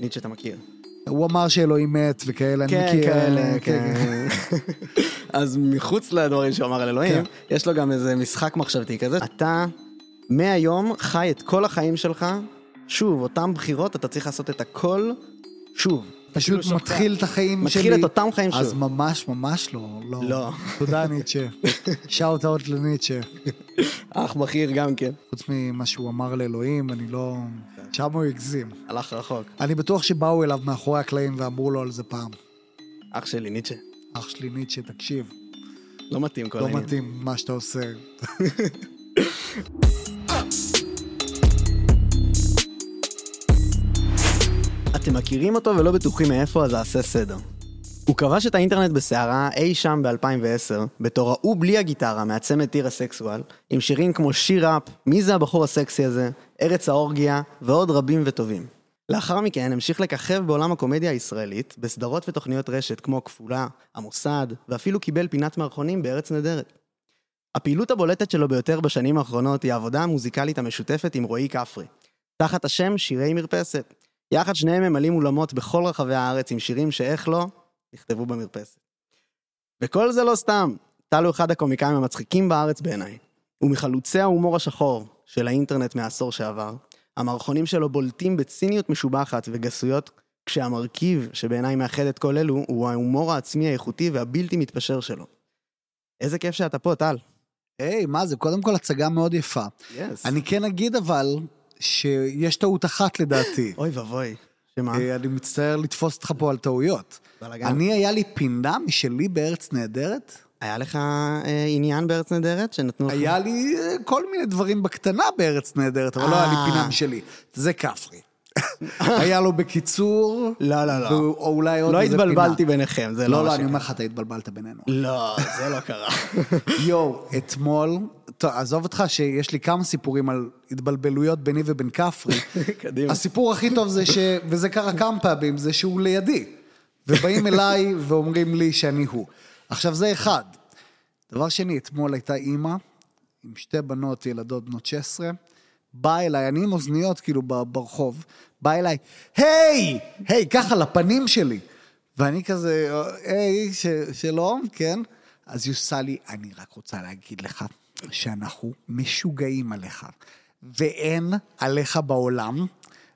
ניטשה אתה מכיר. הוא אמר שאלוהים מת וכאלה, כן, אני מכיר. כאלה, כן. אז מחוץ לדברים שהוא אמר על אלוהים, יש לו גם איזה משחק מחשבתי כזה. אתה מהיום חי את כל החיים שלך, שוב, אותם בחירות, אתה צריך לעשות את הכל שוב. פשוט מתחיל את החיים שלי. מתחיל את אותם חיים שוב. אז ממש לא. לא. תודה ניטשה. שאוט אאוט לניטשה. אח בכיר גם כן. חוץ ממה שהוא אמר לאלוהים, אני לא... שם הוא הגזים. הלך רחוק. אני בטוח שבאו אליו מאחורי הקלעים ואמרו לו על זה פעם. אח שלי, ניטשה. אח שלי ניטשה, תקשיב. לא מתאים כל לא העניין. מתאים מה שאתה עושה. אתם מכירים אותו ולא בטוחים מאיפה, אז אעשה סדר. הוא כבש את האינטרנט בסערה אי שם ב-2010, בתור ההוא בלי הגיטרה, מעצמת טיר הסקסואל, עם שירים כמו שיר אפ, מי זה הבחור הסקסי הזה, ארץ האורגיה, ועוד רבים וטובים. לאחר מכן המשיך לככב בעולם הקומדיה הישראלית, בסדרות ותוכניות רשת כמו כפולה, המוסד, ואפילו קיבל פינת מערכונים בארץ נהדרת. הפעילות הבולטת שלו ביותר בשנים האחרונות היא העבודה המוזיקלית המשותפת עם רועי כפרי, תחת השם שירי מרפסת. יחד שניהם ממלאים אולמות בכל רחבי הארץ עם שירים שאיך לא נכתבו במרפסת. וכל זה לא סתם. טל הוא אחד הקומיקאים המצחיקים בארץ בעיניי. הוא מחלוצי ההומור השחור של האינטרנט מהעשור שעבר. המערכונים שלו בולטים בציניות משובחת וגסויות, כשהמרכיב שבעיניי מאחד את כל אלו הוא ההומור העצמי האיכותי והבלתי מתפשר שלו. איזה כיף שאתה פה, טל. היי, מה זה? קודם כל הצגה מאוד יפה. Yes. אני כן אגיד אבל שיש טעות אחת לדעתי. אוי ובוי. שמה? אני מצטער לתפוס אותך פה על טעויות. בלגן. היה לי פינה משלי בארץ נהדרת. היה לך עניין בארץ נהדרת שנתנו לך? היה לי כל מיני דברים בקטנה בארץ נהדרת, אבל לא היה לי פינה משלי. זה כפרי. היה לו בקיצור. לא. או אולי עוד לא איזה פינה. התבלבלתי ביניכם, זה לא מה לא, אני אומר לך, אתה התבלבלת בינינו. לא, זה לא קרה. אתמול, טוב, עזוב אותך שיש לי כמה סיפורים על התבלבלויות ביני ובין כפרי. קדימה. הסיפור הכי טוב זה וזה קרה כמה פעמים, זה שהוא לידי. ובאים אליי ואומרים לי שאני הוא. עכשיו זה אחד. דבר שני, אתמול הייתה אימא, עם שתי בנות, ילדות בנות 16, באה אליי, אני עם אוזניות כאילו ברחוב, באה אליי, היי, ככה לפנים שלי. ואני כזה, היי, שלום, כן. אז היא עושה לי, אני רק רוצה להגיד לך, שאנחנו משוגעים עליך, ואין עליך בעולם,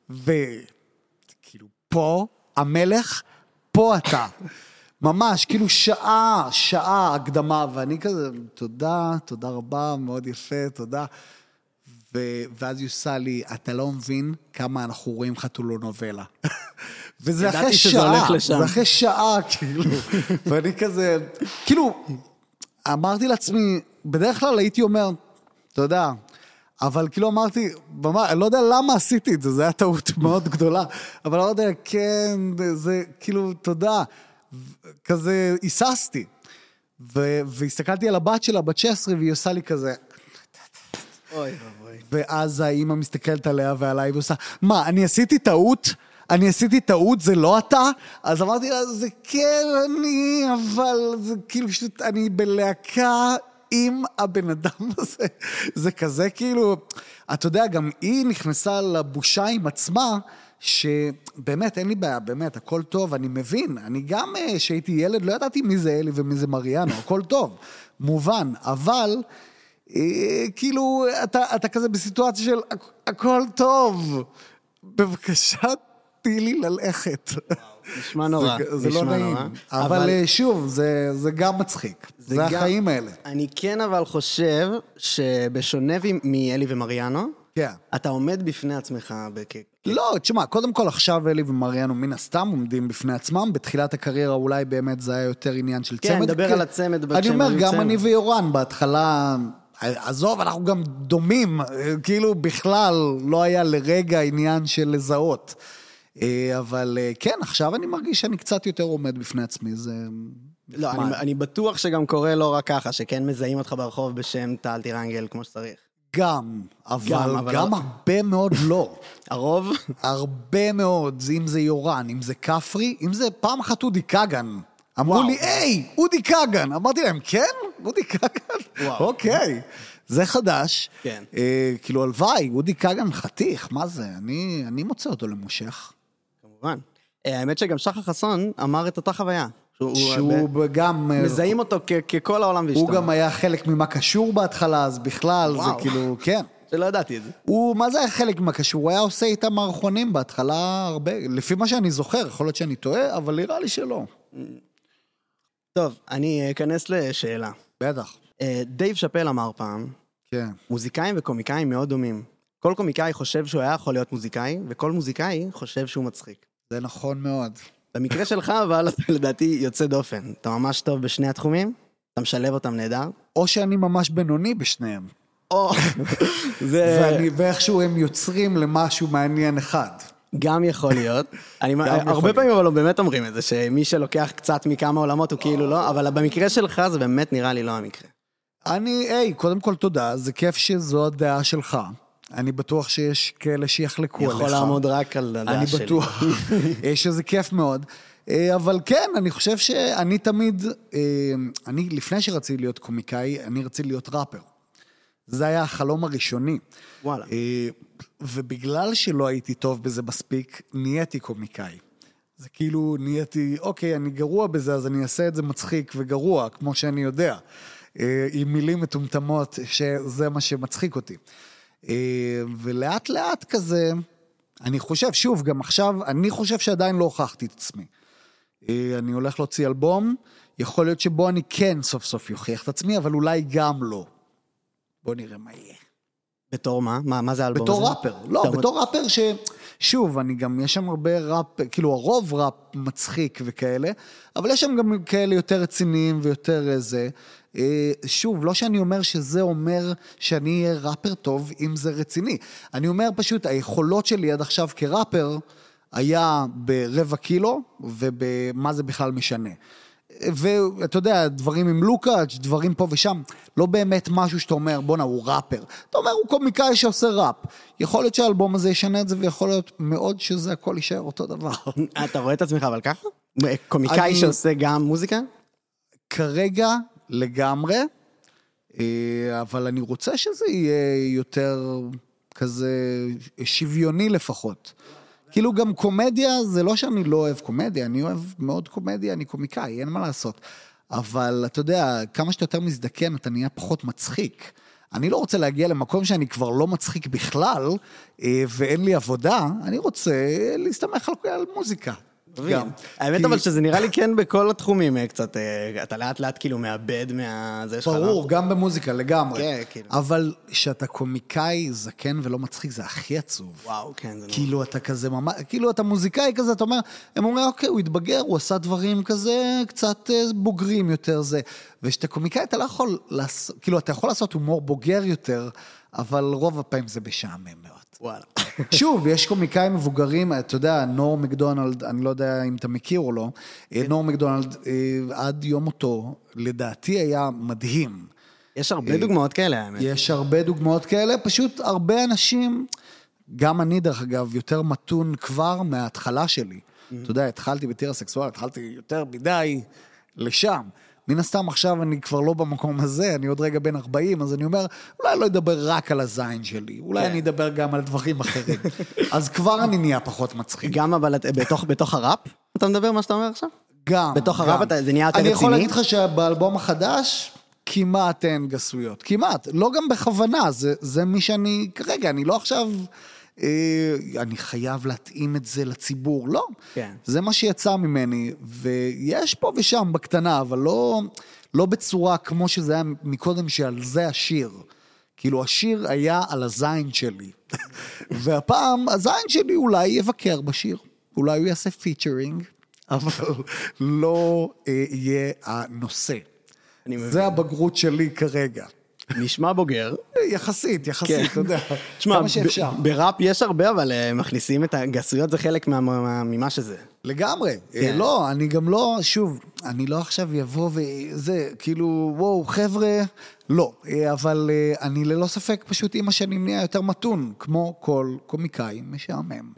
וכאילו פה המלך, פה אתה. ממש, כאילו שעה הקדמה, ואני כזה, תודה רבה, מאוד יפה, תודה. ואז היא עושה לי, אתה לא מבין כמה אנחנו רואים חתולונובלה. וזה אחרי שעה, זה אחרי שעה, כאילו. ואני כזה, כאילו, אמרתי לעצמי, בדרך כלל הייתי אומר, תודה, אבל כאילו אמרתי, אני לא יודע למה עשיתי את זה, זה היה טעות מאוד גדולה, אבל לא יודע, כן, זה כאילו, תודה. כזה היססתי, והסתכלתי על הבת שלה, בת 16, והיא עושה לי כזה, אוי ובוי. ואז האמא מסתכלת עליה ועליי, ועושה, מה, אני עשיתי טעות, זה לא אתה? אז אמרתי לה, זה כן אני, אבל זה כאילו פשוט, אני בלהקה עם הבן אדם הזה, זה כזה כאילו, אתה יודע, גם היא נכנסה לבושה עם עצמה, שבאמת אין לי בעיה, באמת, הכל טוב, אני מבין, אני גם שהייתי ילד, לא ידעתי מי זה אלי ומי זה מריאנו, הכל טוב, מובן, אבל כאילו, אתה כזה בסיטואציה של הכל טוב, בבקשה תהי לי ללכת. נשמע נורא. זה לא נעים, אבל שוב, זה גם מצחיק, זה החיים האלה. אני כן אבל חושב שבשונה מאלי ומריאנו, אתה עומד בפני עצמך לא, תשמע, קודם כל עכשיו אלי ומריאנו מן הסתם עומדים בפני עצמם, בתחילת הקריירה אולי באמת זה היה יותר עניין של צמד. כן, נדבר על הצמד. אני אומר, גם אני ויורן בהתחלה, עזוב, אנחנו גם דומים, כאילו בכלל לא היה לרגע עניין של לזהות. אבל כן, עכשיו אני מרגיש שאני קצת יותר עומד בפני עצמי, זה... לא, אני בטוח שגם קורה לא רק ככה, שכן מזהים אותך ברחוב בשם טל טירנגל כמו שצריך. אבל גם הרבה מאוד לא. הרוב? הרבה מאוד, אם זה יורן, אם זה כפרי, אם זה פעם אחת אודי קגן. אמרו לי, היי, אודי קגן. אמרתי להם, כן? אודי קגן? אוקיי. זה חדש. כן. כאילו, הלוואי, אודי קגן חתיך, מה זה? אני מוצא אותו למושך. כמובן. האמת שגם שחר חסון אמר את אותה חוויה. שהוא גם... מזהים אותו ככל העולם ואשתו. הוא גם היה חלק ממה קשור בהתחלה, אז בכלל זה כאילו, כן. שלא ידעתי את זה. מה זה היה חלק ממה קשור? הוא היה עושה איתם מערכונים בהתחלה הרבה, לפי מה שאני זוכר, יכול להיות שאני טועה, אבל נראה לי שלא. טוב, אני אכנס לשאלה. בטח. דייב שאפל אמר פעם, כן. מוזיקאים וקומיקאים מאוד דומים. כל קומיקאי חושב שהוא היה יכול להיות מוזיקאי, וכל מוזיקאי חושב שהוא מצחיק. זה נכון מאוד. במקרה שלך, אבל אתה לדעתי יוצא דופן. אתה ממש טוב בשני התחומים, אתה משלב אותם נהדר. או שאני ממש בינוני בשניהם. או, זה... ואיכשהו הם יוצרים למשהו מעניין אחד. גם יכול להיות. הרבה פעמים אבל לא באמת אומרים את זה, שמי שלוקח קצת מכמה עולמות הוא כאילו לא, אבל במקרה שלך זה באמת נראה לי לא המקרה. קודם כל תודה, זה כיף שזו הדעה שלך. אני בטוח שיש כאלה שיחלקו עליך. יכול לעמוד רק על הדעה שלי. אני בטוח שזה כיף מאוד. אבל כן, אני חושב שאני תמיד, לפני שרציתי להיות קומיקאי, אני רציתי להיות ראפר. זה היה החלום הראשוני. וואלה. ובגלל שלא הייתי טוב בזה מספיק, נהייתי קומיקאי. זה כאילו נהייתי, אוקיי, אני גרוע בזה, אז אני אעשה את זה מצחיק וגרוע, כמו שאני יודע. עם מילים מטומטמות, שזה מה שמצחיק אותי. ולאט לאט כזה, אני חושב, שוב, גם עכשיו, אני חושב שעדיין לא הוכחתי את עצמי. אני הולך להוציא אלבום, יכול להיות שבו אני כן סוף סוף יוכיח את עצמי, אבל אולי גם לא. בוא נראה מה יהיה. בתור מה? מה זה האלבום הזה? בתור ראפר. לא, בתור ראפר שוב, אני גם, יש שם הרבה ראפ, כאילו הרוב ראפ מצחיק וכאלה, אבל יש שם גם כאלה יותר רציניים ויותר זה. שוב, לא שאני אומר שזה אומר שאני אהיה ראפר טוב אם זה רציני. אני אומר פשוט, היכולות שלי עד עכשיו כראפר היה ברבע קילו, ובמה זה בכלל משנה. ואתה יודע, דברים עם לוקאץ', דברים פה ושם, לא באמת משהו שאתה אומר, בונה, הוא ראפר. אתה אומר, הוא קומיקאי שעושה ראפ. יכול להיות שהאלבום הזה ישנה את זה, ויכול להיות מאוד שזה הכל יישאר אותו דבר. אתה רואה את עצמך אבל ככה? קומיקאי שעושה גם מוזיקה? כרגע לגמרי, אבל אני רוצה שזה יהיה יותר כזה שוויוני לפחות. כאילו גם קומדיה, זה לא שאני לא אוהב קומדיה, אני אוהב מאוד קומדיה, אני קומיקאי, אין מה לעשות. אבל אתה יודע, כמה שאתה יותר מזדקן, אתה נהיה פחות מצחיק. אני לא רוצה להגיע למקום שאני כבר לא מצחיק בכלל, ואין לי עבודה, אני רוצה להסתמך על מוזיקה. גם. האמת אבל שזה נראה לי כן בכל התחומים קצת, אתה לאט לאט כאילו מאבד מהזה שלך. ברור, גם במוזיקה, לגמרי. כן, כאילו. אבל שאתה קומיקאי זקן ולא מצחיק, זה הכי עצוב. וואו, כן, זה נורא. כאילו אתה כזה ממש, כאילו אתה מוזיקאי כזה, אתה אומר, הם אומרים, אוקיי, הוא התבגר, הוא עשה דברים כזה, קצת בוגרים יותר זה. ושאתה קומיקאי, אתה לא יכול, כאילו אתה יכול לעשות הומור בוגר יותר, אבל רוב הפעמים זה בשעמם מאוד. וואלה. שוב, יש קומיקאים מבוגרים, אתה יודע, נור מקדונלד, אני לא יודע אם אתה מכיר או לא, נור מקדונלד, עד יום מותו, לדעתי היה מדהים. יש הרבה דוגמאות כאלה, האמת. יש הרבה דוגמאות כאלה, פשוט הרבה אנשים, גם אני דרך אגב, יותר מתון כבר מההתחלה שלי. אתה יודע, התחלתי בתיר הסקסואל, התחלתי יותר מדי לשם. מן הסתם עכשיו אני כבר לא במקום הזה, אני עוד רגע בין 40, אז אני אומר, אולי לא אדבר רק על הזין שלי, אולי אני אדבר גם על דברים אחרים. אז כבר אני נהיה פחות מצחיק. גם אבל בתוך הראפ, אתה מדבר מה שאתה אומר עכשיו? גם. בתוך הראפ זה נהיה יותר רציני? אני יכול להגיד לך שבאלבום החדש, כמעט אין גסויות. כמעט. לא גם בכוונה, זה מי שאני, כרגע, אני לא עכשיו... אני חייב להתאים את זה לציבור, לא, כן. זה מה שיצא ממני, ויש פה ושם בקטנה, אבל לא בצורה כמו שזה היה מקודם שעל זה השיר, כאילו השיר היה על הזין שלי, והפעם הזין שלי אולי יבקר בשיר, אולי הוא יעשה פיצ'רינג, אבל לא יהיה הנושא, זה הבגרות שלי כרגע. נשמע בוגר. יחסית, אתה יודע. כמה שאפשר. בראפ יש הרבה, אבל מכניסים את הגסויות, זה חלק ממה שזה. לגמרי. לא, אני גם לא, שוב, אני לא עכשיו יבוא וזה, כאילו, וואו, חבר'ה, לא. אבל אני ללא ספק פשוט עם השנים נהיה יותר מתון, כמו כל קומיקאי משעמם.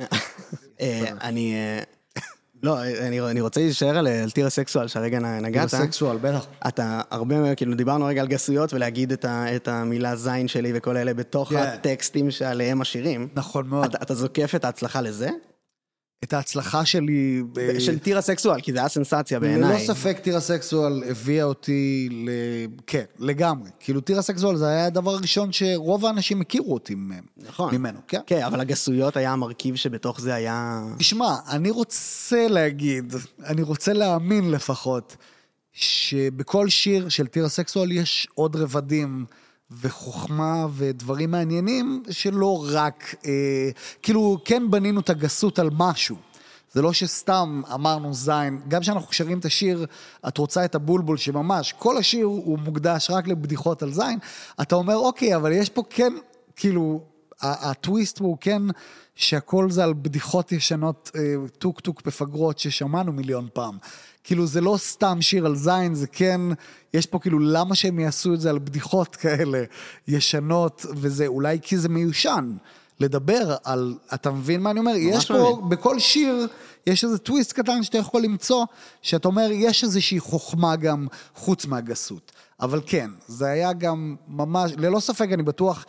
לא, אני רוצה להישאר על טיר הסקסואל שהרגע נגעת. טיר הסקסואל, בטח. אתה הרבה, כאילו דיברנו רגע על גסויות ולהגיד את המילה זין שלי וכל אלה בתוך הטקסטים שעליהם השירים. נכון מאוד. אתה זוקף את ההצלחה לזה? את ההצלחה שלי... של טירה סקסואל, כי זה היה סנסציה בעיניי. ללא ספק טירה סקסואל הביאה אותי כן, לגמרי. כאילו טירה סקסואל זה היה הדבר הראשון שרוב האנשים הכירו אותי נכון. ממנו, כן? כן, אבל הגסויות היה המרכיב שבתוך זה היה... תשמע, אני רוצה להגיד, אני רוצה להאמין לפחות, שבכל שיר של טירה סקסואל יש עוד רבדים וחוכמה ודברים מעניינים שלא רק, כאילו כן בנינו את הגסות על משהו. זה לא שסתם אמרנו זין, גם כשאנחנו שרים את השיר, את רוצה את הבולבול שממש, כל השיר הוא מוקדש רק לבדיחות על זין, אתה אומר אוקיי, אבל יש פה כן, כאילו, הטוויסט הוא כן, שהכל זה על בדיחות ישנות, טוק טוק בפגרות ששמענו מיליון פעם. כאילו זה לא סתם שיר על זין, זה כן, יש פה כאילו למה שהם יעשו את זה על בדיחות כאלה ישנות, וזה אולי כי זה מיושן, לדבר על, אתה מבין מה אני אומר? יש פה, בכל שיר, יש איזה טוויסט קטן שאתה יכול למצוא, שאתה אומר, יש איזושהי חוכמה גם חוץ מהגסות. אבל כן, זה היה גם ממש, ללא ספק אני בטוח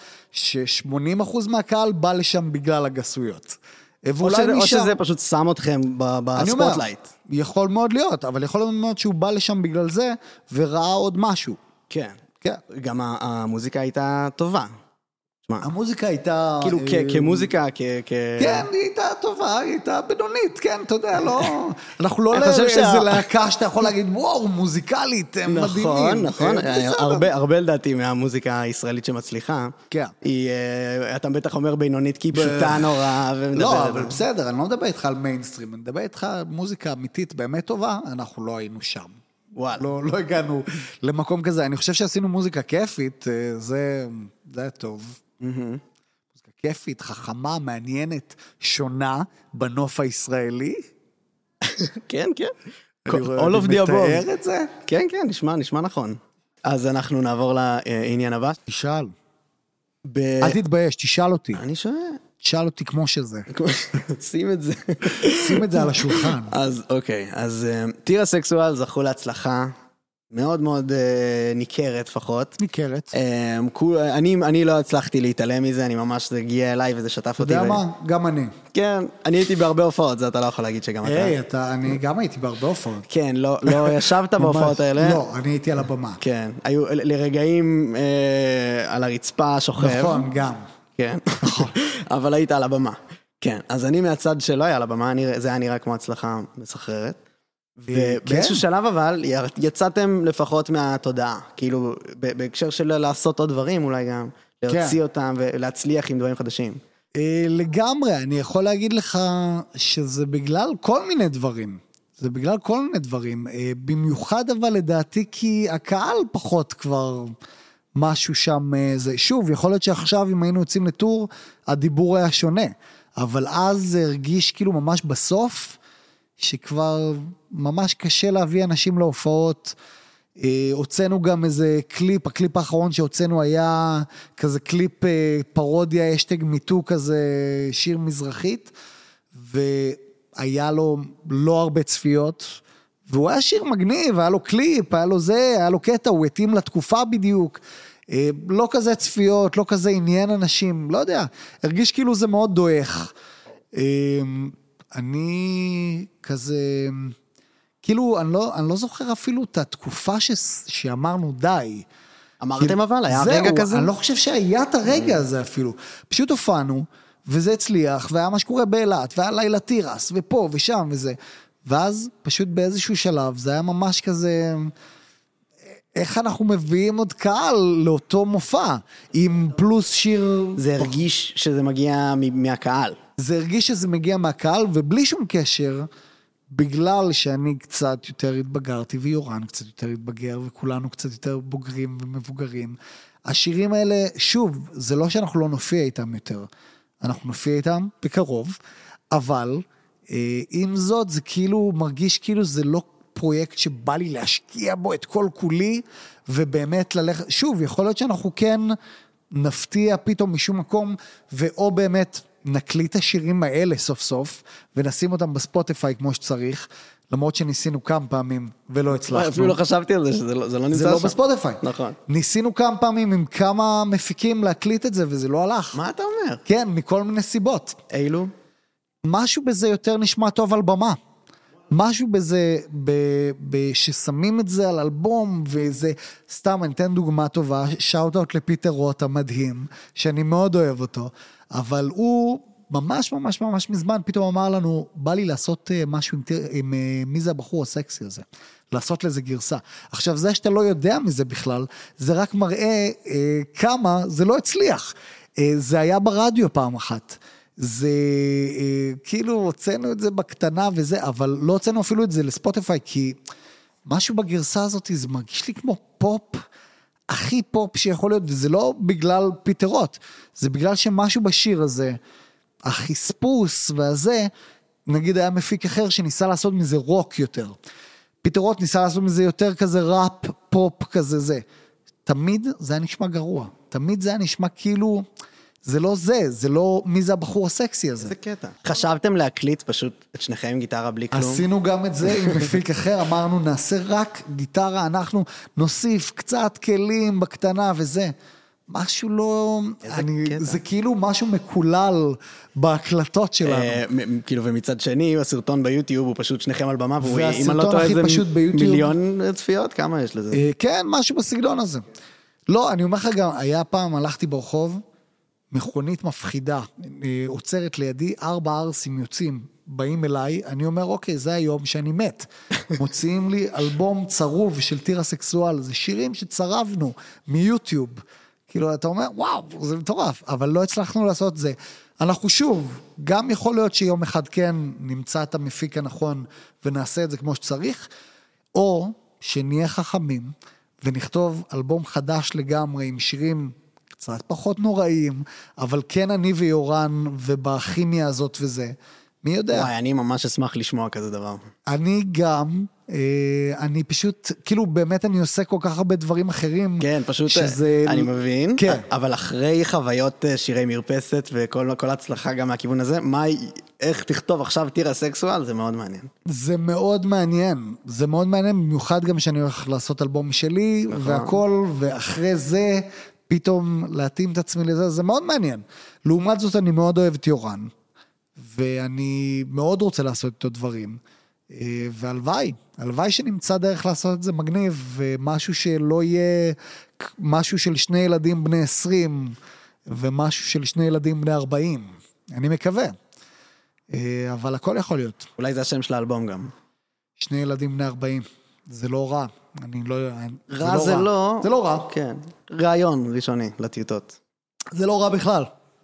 ש80% מהקהל בא לשם בגלל הגסויות. או שזה פשוט שם אתכם בספוטלייט. יכול מאוד להיות, אבל יכול מאוד שהוא בא לשם בגלל זה, וראה עוד משהו. כן. גם המוזיקה הייתה טובה. המוזיקה הייתה... כאילו כמוזיקה, כן, היא הייתה טובה, היא הייתה בינונית, כן, אתה יודע, לא... אנחנו לא לאיזה להקה שאתה יכול להגיד, וואו, מוזיקלית, הם מדהימים. נכון, הרבה לדעתי מהמוזיקה הישראלית שמצליחה. כן. אתה בטח אומר בינונית, כי היא פשוטה נורא. לא, אבל בסדר, אני לא מדבר איתך על מיינסטרים, אני מדבר איתך על מוזיקה אמיתית באמת טובה, אנחנו לא היינו שם. לא הגענו למקום כזה. אני חושב שעשינו מוזיקה כיפית, זה היה טוב. מוזיקה כיפית, חכמה, מעניינת, שונה בנוף הישראלי. כן, כן. אני מתאר את זה? כן, כן, נשמע נכון. אז אנחנו נעבור לעניין הבא. תשאל. אל תתבייש, תשאל אותי. אני שואל. תשאל אותי כמו שזה. שים את זה. שים את זה על השולחן. אז אוקיי, אז טירה סקסואל זכו להצלחה מאוד מאוד ניכרת לפחות. ניכרת. אני לא הצלחתי להתעלם מזה, אני ממש, זה הגיע אליי וזה שטף אותי. אתה יודע מה? גם אני. כן, אני הייתי בהרבה הופעות, זה אתה לא יכול להגיד שגם אתה. אני גם הייתי בהרבה הופעות. כן, לא ישבת בהופעות האלה. לא, אני הייתי על הבמה. כן, היו לרגעים על הרצפה שוכב. נכון, גם. כן, אבל היית על הבמה. כן, אז אני מהצד שלא היה על הבמה, זה היה נראה כמו הצלחה מסחררת. ובאיזשהו שלב אבל יצאתם לפחות מהתודעה, כאילו בהקשר של לעשות עוד דברים אולי גם, להוציא אותם ולהצליח עם דברים חדשים. לגמרי, אני יכול להגיד לך שזה בגלל כל מיני דברים. זה בגלל כל מיני דברים. במיוחד אבל לדעתי כי הקהל פחות כבר משהו שם. שוב, יכול להיות שעכשיו אם היינו יוצאים לטור, הדיבור היה שונה. אבל אז זה הרגיש כאילו ממש בסוף, שכבר ממש קשה להביא אנשים להופעות. הוצאנו גם איזה קליפ, הקליפ האחרון שהוצאנו היה כזה קליפ פרודיה, אשטג מיטו כזה שיר מזרחית, והיה לו לא הרבה צפיות, והוא היה שיר מגניב, היה לו קליפ, היה לו זה, היה לו קטע, הוא התאים לתקופה בדיוק, לא כזה צפיות, לא כזה עניין אנשים, לא יודע, הרגיש כאילו זה מאוד דואך. אני כזה, כאילו, אני לא זוכר אפילו את התקופה שאמרנו די. אמרתם אבל, היה רגע כזה? אני לא חושב שהיה את הרגע הזה אפילו. פשוט הופענו, וזה הצליח, והיה מה שקורה באילת, והיה לילה תירס, ופה ושם וזה. ואז פשוט באיזשהו שלב, זה היה ממש כזה, איך אנחנו מביאים עוד קהל לאותו מופע, עם פלוס שיר... זה הרגיש שזה מגיע מהקהל. זה הרגיש שזה מגיע מהקהל, ובלי שום קשר, בגלל שאני קצת יותר התבגרתי, ויורן קצת יותר התבגר, וכולנו קצת יותר בוגרים ומבוגרים. השירים האלה, שוב, זה לא שאנחנו לא נופיע איתם יותר, אנחנו נופיע איתם בקרוב, אבל עם זאת, זה כאילו מרגיש כאילו זה לא פרויקט שבא לי להשקיע בו את כל כולי, ובאמת ללכת, שוב, יכול להיות שאנחנו כן נפתיע פתאום משום מקום, ואו באמת נקליט השירים האלה סוף סוף, ונשים אותם בספוטיפיי כמו שצריך, למרות שניסינו כמה פעמים ולא הצלחנו. אפילו לא חשבתי על זה, שזה לא נמצא שם. זה לא בספוטיפיי. נכון. ניסינו כמה פעמים עם כמה מפיקים להקליט את זה, וזה לא הלך. מה אתה אומר? כן, מכל מיני סיבות. אילו? משהו בזה יותר נשמע טוב על במה. משהו בזה, ששמים את זה על אלבום, וזה, סתם, אני אתן דוגמה טובה, שאוט-אוט לפיטר רוט המדהים, שאני מאוד אוהב אותו, אבל הוא ממש ממש ממש מזמן, פתאום אמר לנו, בא לי לעשות משהו עם מי זה הבחור הסקסי הזה, לעשות לזה גרסה. עכשיו, זה שאתה לא יודע מזה בכלל, זה רק מראה כמה זה לא הצליח. זה היה ברדיו פעם אחת. זה כאילו הוצאנו את זה בקטנה וזה, אבל לא הוצאנו אפילו את זה לספוטיפיי, כי משהו בגרסה הזאת זה מרגיש לי כמו פופ, הכי פופ שיכול להיות, וזה לא בגלל פיטרות, זה בגלל שמשהו בשיר הזה, החספוס והזה, נגיד היה מפיק אחר שניסה לעשות מזה רוק יותר. פיטרות ניסה לעשות מזה יותר כזה ראפ, פופ כזה זה. תמיד זה היה נשמע גרוע. תמיד זה היה נשמע כאילו, זה לא זה, זה לא מי זה הבחור הסקסי הזה. איזה קטע. חשבתם להקליט פשוט את שניכם עם גיטרה בלי כלום? עשינו גם את זה עם מפיק אחר, אמרנו נעשה רק גיטרה, אנחנו נוסיף קצת כלים בקטנה וזה. משהו לא, זה כאילו משהו מקולל בהקלטות שלנו. כאילו, ומצד שני, הסרטון ביוטיוב הוא פשוט שניכם על במה, והסרטון הכי פשוט ביוטיוב. מיליון צפיות, כמה יש לזה? כן, משהו בסגנון הזה. לא, אני אומר לך גם, היה פעם, הלכתי ברחוב, מכונית מפחידה, עוצרת לידי, 4 ערסים יוצאים, באים אליי, אני אומר, אוקיי, זה היום שאני מת. מוציאים לי אלבום צרוב של טירה סקסואל, זה שירים שצרבנו מיוטיוב. כאילו, אתה אומר, וואו, זה מטורף, אבל לא הצלחנו לעשות זה. אנחנו שוב, גם יכול להיות שיום אחד כן נמצא את המפיק הנכון, ונעשה את זה כמו שצריך, או שנהיה חכמים, ונכתוב אלבום חדש לגמרי, עם שירים קצת פחות נוראים, אבל כן אני ויורן, ובכימיה הזאת וזה, מי יודע? וואי, אני ממש אשמח לשמוע כזה דבר. אני גם, אני פשוט, כאילו באמת אני עושה כל כך הרבה דברים אחרים. כן, פשוט, שזה, אני מבין, כן. אבל אחרי חוויות שירי מרפסת, וכל הצלחה גם מהכיוון הזה, איך תכתוב עכשיו טירה סקסואל, זה מאוד מעניין. זה מאוד מעניין, זה מאוד מעניין, במיוחד גם שאני הולך לעשות אלבום שלי, והכל, ואחרי זה, פתאום להתאים את עצמי לזה, זה מאוד מעניין. לעומת זאת, אני מאוד אוהב את יורן. ואני מאוד רוצה לעשות איתו דברים, והלוואי שנמצא דרך לעשות את זה מגניב, ומשהו שלא יהיה, משהו של 2 ילדים בני 20, ומשהו של 2 ילדים בני 40, אני מקווה, אבל הכל יכול להיות. אולי זה השם של האלבום גם. 2 ילדים בני 40, זה לא רע, אני לא, רע זה לא, זה לא רע, כן, רעיון ראשוני לטיוטות. זה לא רע בכלל.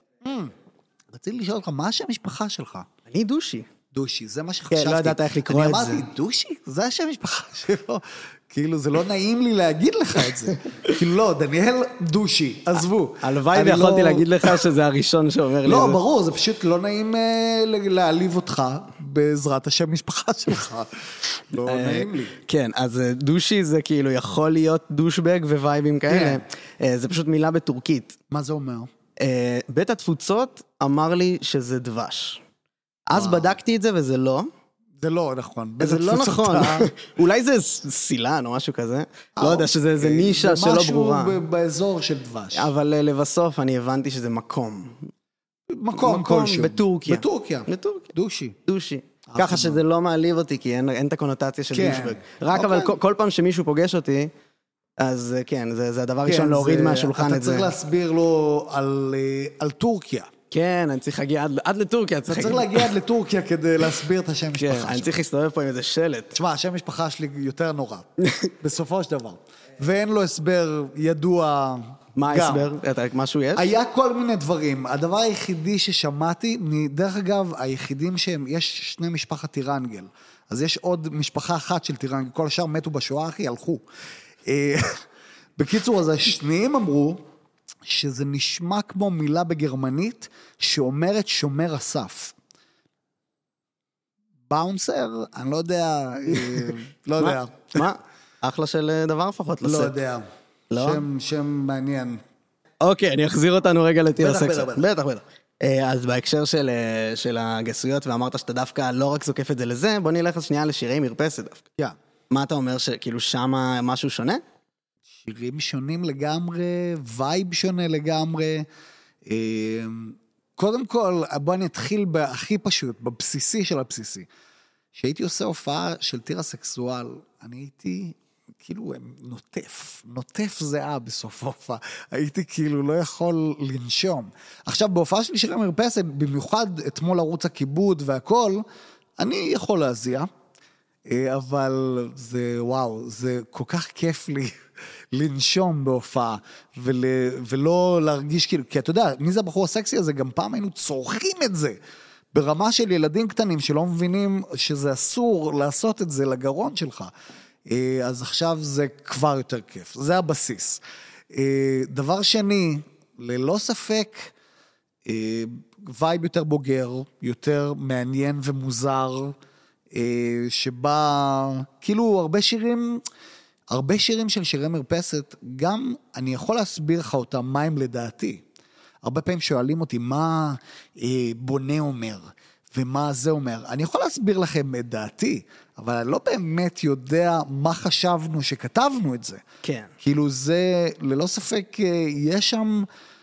רציתי לשאול אותך, מה השם המשפחה שלך? אני דושי. דושי, זה מה שחשבתי. כן, לא ידעת איך לקרוא את זה. אני אמרתי, דושי? זה השם המשפחה שלו. כאילו, זה לא נעים לי להגיד לך את זה. כאילו, לא, דניאל דושי, עזבו. הלוואי ויכולתי להגיד לך שזה הראשון שאומר לי. לא, ברור, זה פשוט לא נעים להעליב אותך בעזרת השם המשפחה שלך. לא נעים לי. כן, אז דושי זה כאילו יכול להיות דושבג ווייבים כאלה. זה פשוט מילה בטורקית. מה זה אומר? בית התפוצות אמר לי שזה דבש. אז בדקתי את זה וזה לא. זה לא נכון. זה לא נכון. אולי זה סילן או משהו כזה. לא יודע שזה נישה שלא ברורה. זה משהו באזור של דבש. אבל לבסוף אני הבנתי שזה מקום. מקום כלשהו. בטורקיה. בטורקיה. דושי. דושי. ככה שזה לא מעליב אותי, כי אין את הקונוטציה של דושבג. רק אבל כל פעם שמישהו פוגש אותי, אז כן, זה הדבר הראשון להוריד מהשולחן את זה. אתה צריך להסביר לו על טורקיה. כן, אני צריך להגיע עד לטורקיה. אתה צריך להגיע עד לטורקיה כדי להסביר את השם משפחה שלך. אני צריך להסתובב פה עם איזה שלט. תשמע, השם משפחה שלי יותר נורא, בסופו של דבר. ואין לו הסבר ידוע. מה ההסבר? משהו יש? היה כל מיני דברים. הדבר היחידי ששמעתי, דרך אגב, היחידים יש 2 משפחת טירנגל. אז יש עוד משפחה אחת של טירנגל, כל השאר מתו בשואה, אחי, הלכו. בקיצור, אז השניים אמרו, שזה נשמע כמו מילה בגרמנית, שאומרת שומר הסף. באונסר? אני לא יודע, לא יודע. מה? אחלה של דבר לפחות לסט. לא יודע. שם מעניין. אוקיי, אני אחזיר אותנו רגע לטיר הסקס. בטח. אז בהקשר של הגסויות, ואמרת שאתה דווקא לא רק זוקף את זה לזה, בוא נלך שנייה לשירי מרפסת דווקא. מה אתה אומר, שכאילו שמה משהו שונה? שירים שונים לגמרי, וייב שונה לגמרי. קודם כל, בוא אני אתחיל בהכי פשוט, בבסיסי של הבסיסי. כשהייתי עושה הופעה של טירה סקסואל, אני הייתי כאילו נוטף זהה בסוף ההופעה. הייתי כאילו לא יכול לנשום. עכשיו, בהופעה של שירי מרפסת, במיוחד אתמול ערוץ הכיבוד והכל, אני יכול להזיע, אבל זה וואו, זה כל כך כיף לי לנשום בהופעה, ולא להרגיש כאילו, כי אתה יודע, מי זה הבחור הסקסי הזה? גם פעם היינו צורכים את זה, ברמה של ילדים קטנים שלא מבינים שזה אסור לעשות את זה לגרון שלך. אז עכשיו זה כבר יותר כיף, זה הבסיס. דבר שני, ללא ספק, וייב יותר בוגר, יותר מעניין ומוזר, שבה, כאילו הרבה שירים של שירי מרפסת, גם אני יכול להסביר לך אותם, מה הם לדעתי. הרבה פעמים שואלים אותי, מה בונה אומר, ומה זה אומר. אני יכול להסביר לכם את דעתי, אבל אני לא באמת יודע מה חשבנו שכתבנו את זה. כן. כאילו זה, ללא ספק, יש שם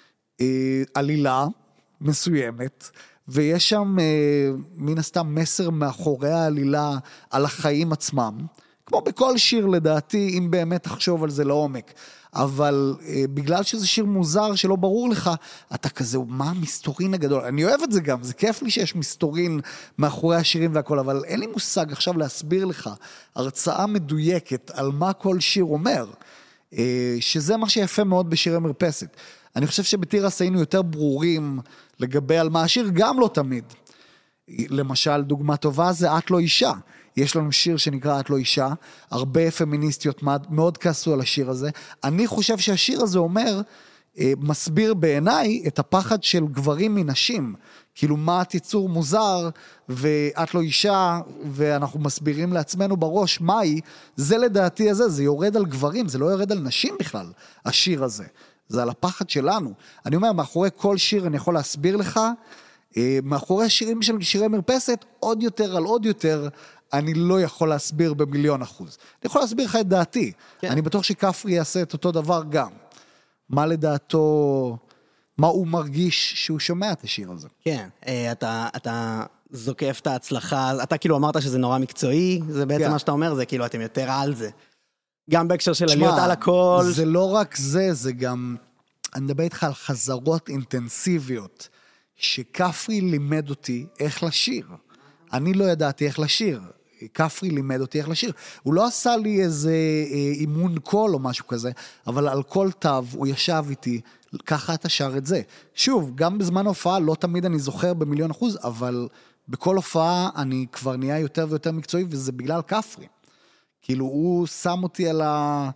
עלילה מסוימת, ויש שם מן הסתם מסר מאחורי העלילה על החיים עצמם, כמו בכל שיר לדעתי, אם באמת תחשוב על זה לעומק. אבל בגלל שזה שיר מוזר שלא ברור לך, אתה כזה, מה המסתורין הגדול? אני אוהב את זה גם, זה כיף לי שיש מסתורין מאחורי השירים והכל, אבל אין לי מושג עכשיו להסביר לך הרצאה מדויקת על מה כל שיר אומר, שזה מה שיפה מאוד בשירי מרפסת. אני חושב שבתירס היינו יותר ברורים לגבי על מה השיר, גם לא תמיד. למשל, דוגמה טובה זה את לא אישה. יש לנו שיר שנקרא את לא אישה, הרבה פמיניסטיות מאוד כעסו על השיר הזה. אני חושב שהשיר הזה אומר, מסביר בעיניי את הפחד של גברים מנשים. כאילו מה התיצור מוזר, ואת לא אישה, ואנחנו מסבירים לעצמנו בראש מהי, זה לדעתי הזה, זה יורד על גברים, זה לא יורד על נשים בכלל, השיר הזה. זה על הפחד שלנו. אני אומר, מאחורי כל שיר אני יכול להסביר לך, מאחורי השירים של שירי מרפסת, עוד יותר על עוד יותר, אני לא יכול להסביר ב1,000,000%. אני יכול להסביר לך את דעתי. כן. אני בטוח שכפרי יעשה את אותו דבר גם. מה לדעתו, מה הוא מרגיש שהוא שומע את השיר הזה. כן, אתה זוקף את ההצלחה, אתה כאילו אמרת שזה נורא מקצועי, זה בעצם מה שאתה אומר, זה כאילו אתם יותר על זה. גם בהקשר של עליות על הכל. זה לא רק זה, זה גם, אני מדבר איתך על חזרות אינטנסיביות, שכפרי לימד אותי איך לשיר. אני לא ידעתי איך לשיר. כפרי לימד אותי איך לשיר. הוא לא עשה לי איזה אימון קול או משהו כזה, אבל על כל תו הוא ישב איתי, ככה אתה שר את זה. שוב, גם בזמן הופעה, לא תמיד אני זוכר ב1,000,000%, אבל בכל הופעה אני כבר נהיה יותר ויותר מקצועי, וזה בגלל כפרי. כאילו הוא שם אותי על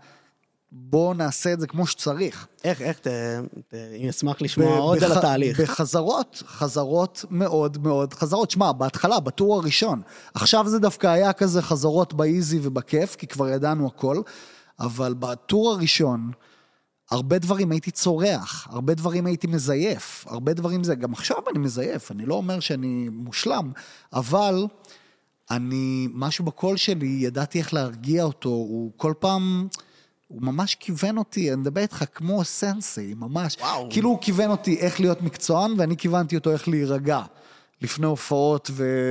בוא נעשה את זה כמו שצריך. איך, אני אשמח לשמוע עוד על התהליך. חזרות מאוד מאוד חזרות. שמע, בהתחלה, בטור הראשון, עכשיו זה דווקא היה כזה חזרות באיזי ובכיף, כי כבר ידענו הכל, אבל בטור הראשון, הרבה דברים הייתי צורח, הרבה דברים הייתי מזייף, הרבה דברים זה, גם עכשיו אני מזייף, אני לא אומר שאני מושלם, אבל משהו בקול שלי, ידעתי איך להרגיע אותו, הוא כל פעם, הוא ממש כיוון אותי, אני מדבר איתך כמו סנסי, ממש, וואו. כאילו הוא כיוון אותי איך להיות מקצוען, ואני כיוונתי אותו איך להירגע, לפני הופעות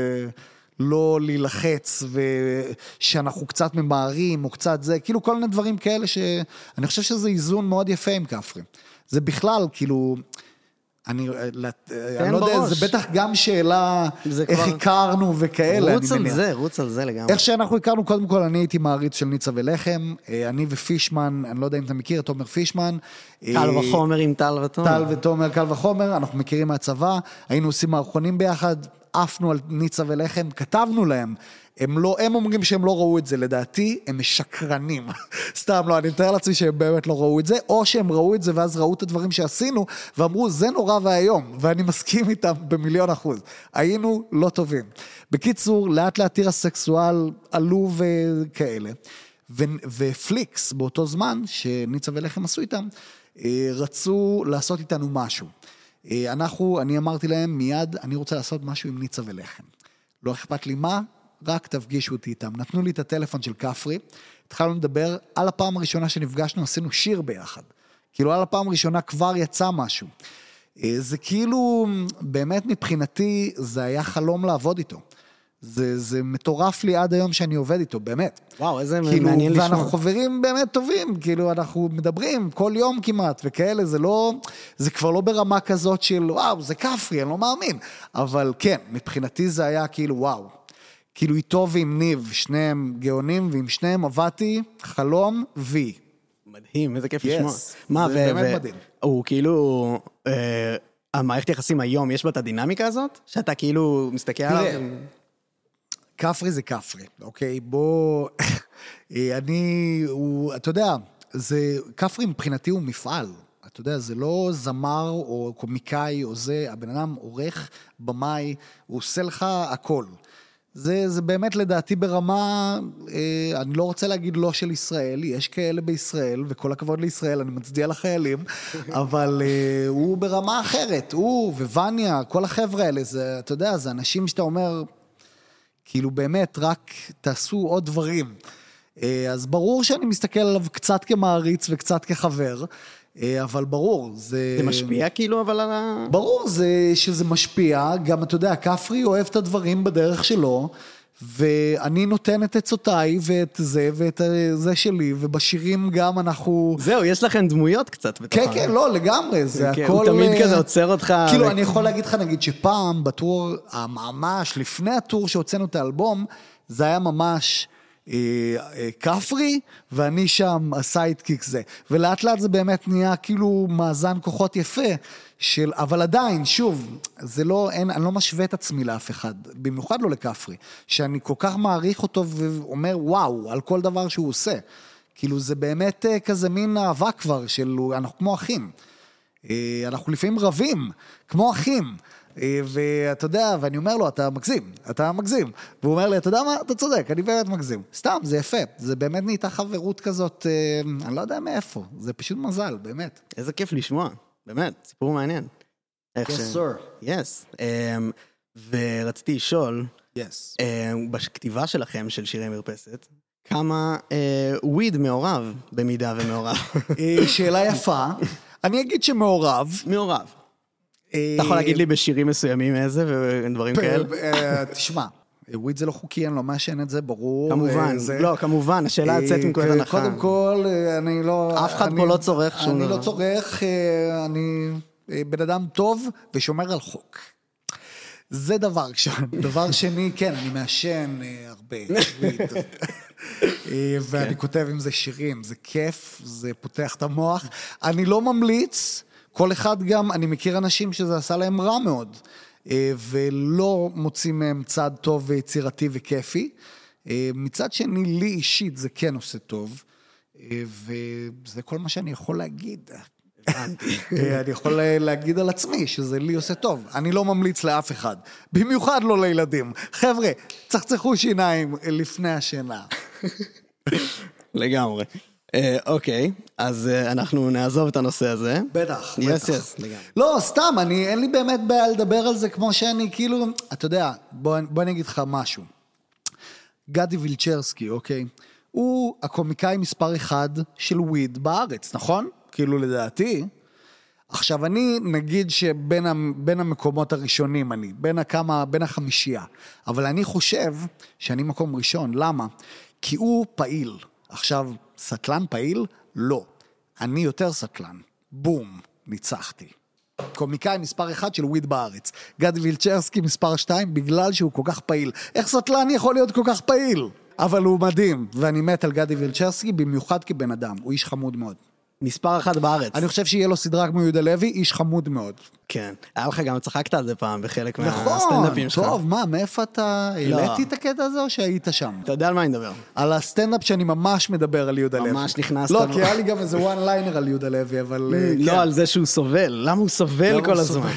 ולא להילחץ, ושאנחנו קצת ממהרים, או קצת זה, כאילו כל מיני דברים כאלה, שאני חושב שזה איזון מאוד יפה עם כפרי. זה בכלל, כאילו, אני לא יודע, זה בטח גם שאלה איך הכרנו וכאלה. רוץ על זה לגמרי. איך שאנחנו הכרנו, קודם כל אני הייתי מעריץ של ניצה ולחם, אני ופישמן, אני לא יודע אם אתה מכיר, תומר פישמן. קל וחומר עם טל ותומר. טל ותומר, קל וחומר, אנחנו מכירים מהצבא, היינו עושים מערכונים ביחד, עפנו על ניצה ולחם, כתבנו להם, הם אומרים שהם לא ראו את זה, לדעתי, הם משקרנים. סתם לא, אני מתאר לעצמי שהם באמת לא ראו את זה, או שהם ראו את זה ואז ראו את הדברים שעשינו, ואמרו, זה נורא והיום, ואני מסכים איתם ב1,000,000%. היינו לא טובים. בקיצור, לאט לאט טירה סקסואל עלו וכאלה, ופליקס, באותו זמן שניצה ולחם עשו איתם, רצו לעשות איתנו משהו. אני אמרתי להם מיד, אני רוצה לעשות משהו עם ניצה ולחם. לא אכפת לי מה, רק תפגישו אותי איתם. נתנו לי את הטלפון של כפרי, התחלנו לדבר, על הפעם הראשונה שנפגשנו, עשינו שיר ביחד. כאילו על הפעם הראשונה כבר יצא משהו. זה כאילו, באמת מבחינתי, זה היה חלום לעבוד איתו. זה מטורף לי עד היום שאני עובד איתו, באמת. וואו, איזה כאילו, מעניין לשמוע. ואנחנו חברים באמת טובים, כאילו אנחנו מדברים כל יום כמעט, וכאלה, זה כבר לא ברמה כזאת של, וואו, זה כפרי, אני לא מאמין. אבל כן, מבחינתי זה היה כאילו, וואו. כאילו איתו ועם ניב, שניהם גאונים, ועם שניהם עבדתי, חלום וי. מדהים, איזה כיף Yes, לשמוע. זה באמת מדהים. הוא כאילו, המערכת יחסים היום, יש בה את הדינמיקה הזאת? שאתה כאילו מסתכל עליו? כפרי זה כפרי, אוקיי? בוא, אתה יודע, כפרי מבחינתי הוא מפעל. אתה יודע, זה לא זמר או קומיקאי או זה, הבן אדם עורך, במאי, הוא עושה לך הכל. זה באמת לדעתי ברמה, אני לא רוצה להגיד לא של ישראל, יש כאלה בישראל, וכל הכבוד לישראל, אני מצדיע לחיילים, אבל הוא ברמה אחרת, הוא ווניה, כל החבר'ה האלה, זה, אתה יודע, זה אנשים שאתה אומר, כאילו באמת, רק תעשו עוד דברים. אז ברור שאני מסתכל עליו קצת כמעריץ וקצת כחבר, אבל ברור, זה משפיע כאילו, אבל על ה... ברור שזה משפיע, גם אתה יודע, כפרי אוהב את הדברים בדרך שלו, ואני נותן את עצותיי ואת זה ואת זה שלי, ובשירים גם אנחנו... זהו, יש לכם דמויות קצת בתוכה. כן, כן, לא, לגמרי, זה הכל... הוא תמיד כזה עוצר אותך... כאילו, אני יכול להגיד לך, נגיד, שפעם בטור, ממש לפני הטור שהוצאנו את האלבום, זה היה ממש... כפרי, ואני שם הסיידקיק זה. ולאט לאט זה באמת נהיה כאילו מאזן כוחות יפה, אבל עדיין, שוב, זה לא, אני לא משווה את עצמי לאף אחד, במיוחד לא לכפרי, שאני כל כך מעריך אותו ואומר וואו, על כל דבר שהוא עושה. כאילו זה באמת כזה מין אהבה כבר, אנחנו כמו אחים. אנחנו לפעמים רבים, כמו אחים. ואתה יודע, ואני אומר לו, אתה מגזים. והוא אומר לי, אתה יודע מה? אתה צודק, אני באמת מגזים. סתם, זה יפה. זה באמת נהייתה חברות כזאת, אני לא יודע מאיפה. זה פשוט מזל, באמת. איזה כיף לשמוע. באמת, סיפור מעניין. Yes, sir. Yes. ורציתי לשאול, Yes. בכתיבה שלכם, של שירי מרפסת, כמה וויד מעורב, במידה ומעורב? שאלה יפה. אני אגיד שמעורב. מעורב. אתה יכול להגיד לי בשירים מסוימים איזה ודברים כאלה? תשמע, וויד זה לא חוקי, אני לא מאשן את זה, ברור. כמובן, לא, כמובן, השאלה יוצאת מנקודת הנחה. קודם כל, אני לא... אף אחד פה לא צורך שום דבר. אני לא צורך, אני בן אדם טוב ושומר על חוק. זה דבר ראשון. דבר שני, כן, אני מאשן הרבה, וויד. ואני כותב עם זה שירים, זה כיף, זה פותח את המוח. אני לא ממליץ... כל אחד גם, אני מכיר אנשים שזה עשה להם רע מאוד, ולא מוצאים מהם צד טוב ויצירתי וכיפי. מצד שני, לי אישית זה כן עושה טוב, וזה כל מה שאני יכול להגיד. אני יכול להגיד על עצמי שזה לי עושה טוב. אני לא ממליץ לאף אחד, במיוחד לא לילדים. חבר'ה, צחצחו שיניים לפני השינה. לגמרי. אוקיי, אז אנחנו נעזוב את הנושא הזה. בטח, בטח. לגמרי. לא, סתם, אין לי באמת בעיה לדבר על זה כמו שאני, כאילו, אתה יודע, בוא אני אגיד לך משהו. גדי וילצ'רסקי, אוקיי? הוא הקומיקאי מספר 1 של וויד בארץ, נכון? כאילו לדעתי. עכשיו, אני נגיד שבין המקומות הראשונים בין החמישייה. אבל אני חושב שאני מקום ראשון. למה? כי הוא פעיל. עכשיו, סטלן פעיל? לא. אני יותר סטלן. בום, ניצחתי. קומיקאי מספר 1 של וויד בארץ. גדי וילצ'רסקי מספר 2 בגלל שהוא כל כך פעיל. איך סטלן יכול להיות כל כך פעיל? אבל הוא מדהים, ואני מת על גדי וילצ'רסקי במיוחד כבן אדם. הוא איש חמוד מאוד. מספר 1 בארץ. אני חושב שיהיה לו סדרה כמו יהודה לוי, איש חמוד מאוד. כן. היה לך גם צחקת על זה פעם בחלק מהסטנדאפים שלך. נכון, טוב, מה, מאיפה אתה... העליתי את הקטע הזה או שהיית שם? אתה יודע על מה אני מדבר? על הסטנדאפ שאני ממש מדבר על יהודה לוי. ממש נכנסת. לא, כי היה לי גם איזה one liner על יהודה לוי, אבל... לא, על זה שהוא סובל. למה הוא סובל כל הזמן?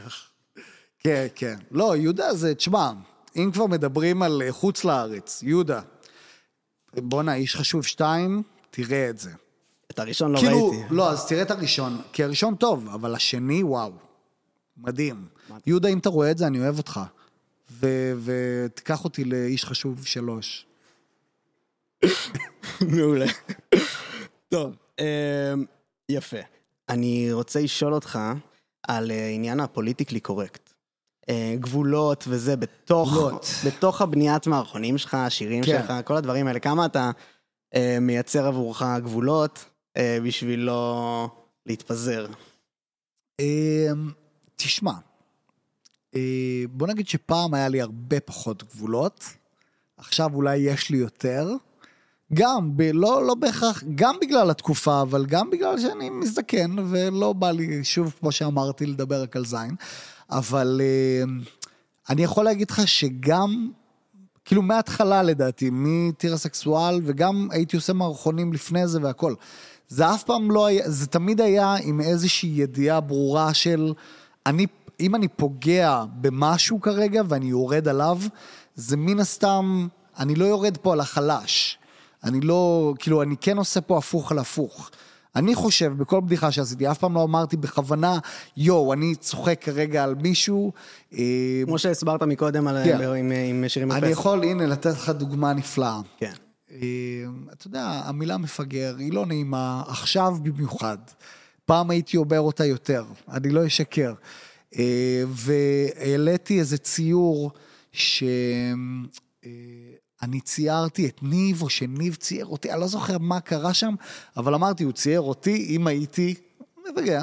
כן, כן. לא, יהודה זה, תשמע, אם כבר מדברים על חוץ לארץ, יהודה, בונה, איש חשוב 2, תראה את זה. את הראשון לא כאילו, ראיתי. לא, אז תראה את הראשון, כי הראשון טוב, אבל השני, וואו, מדהים. יהודה, אם אתה רואה את זה, אני אוהב אותך. ותיקח אותי לאיש חשוב 3. מעולה. טוב, יפה. אני רוצה לשאול אותך על עניין הפוליטיקלי קורקט. גבולות וזה בתוך הבניית מערכונים שלך, השירים שלך, כל הדברים האלה. כמה אתה מייצר עבורך גבולות בשביל לא להתפזר? תשמע, בוא נגיד שפעם היה לי הרבה פחות גבולות, עכשיו אולי יש לי יותר, גם, לא בהכרח, גם בגלל התקופה, אבל גם בגלל שאני מזדקן, ולא בא לי, שוב, כמו שאמרתי, לדבר רק על זין, אבל אני יכול להגיד לך שגם, כאילו מההתחלה לדעתי, מטירסקסואל, וגם הייתי עושה מערכונים לפני זה והכל, זה אף פעם לא היה, זה תמיד היה עם איזושהי ידיעה ברורה של, אם אני פוגע במשהו כרגע, ואני יורד עליו, זה מן הסתם, אני לא יורד פה על החלש, אני לא, כאילו, אני כן עושה פה הפוך על הפוך. אני חושב, בכל בדיחה שעשיתי, אף פעם לא אמרתי בכוונה, אני צוחק כרגע על מישהו. כמו שהסברת מקודם עם שירים בפסח. אני יכול, הנה, לתת לך דוגמה נפלאה. כן. אתה יודע, המילה מפגר היא לא נעימה, עכשיו במיוחד. פעם הייתי אומר אותה יותר, אני לא אשקר. והעליתי איזה ציור אני ציירתי את ניב, או שניב צייר אותי, אני לא זוכר מה קרה שם, אבל אמרתי, הוא צייר אותי, אם הייתי מבגע,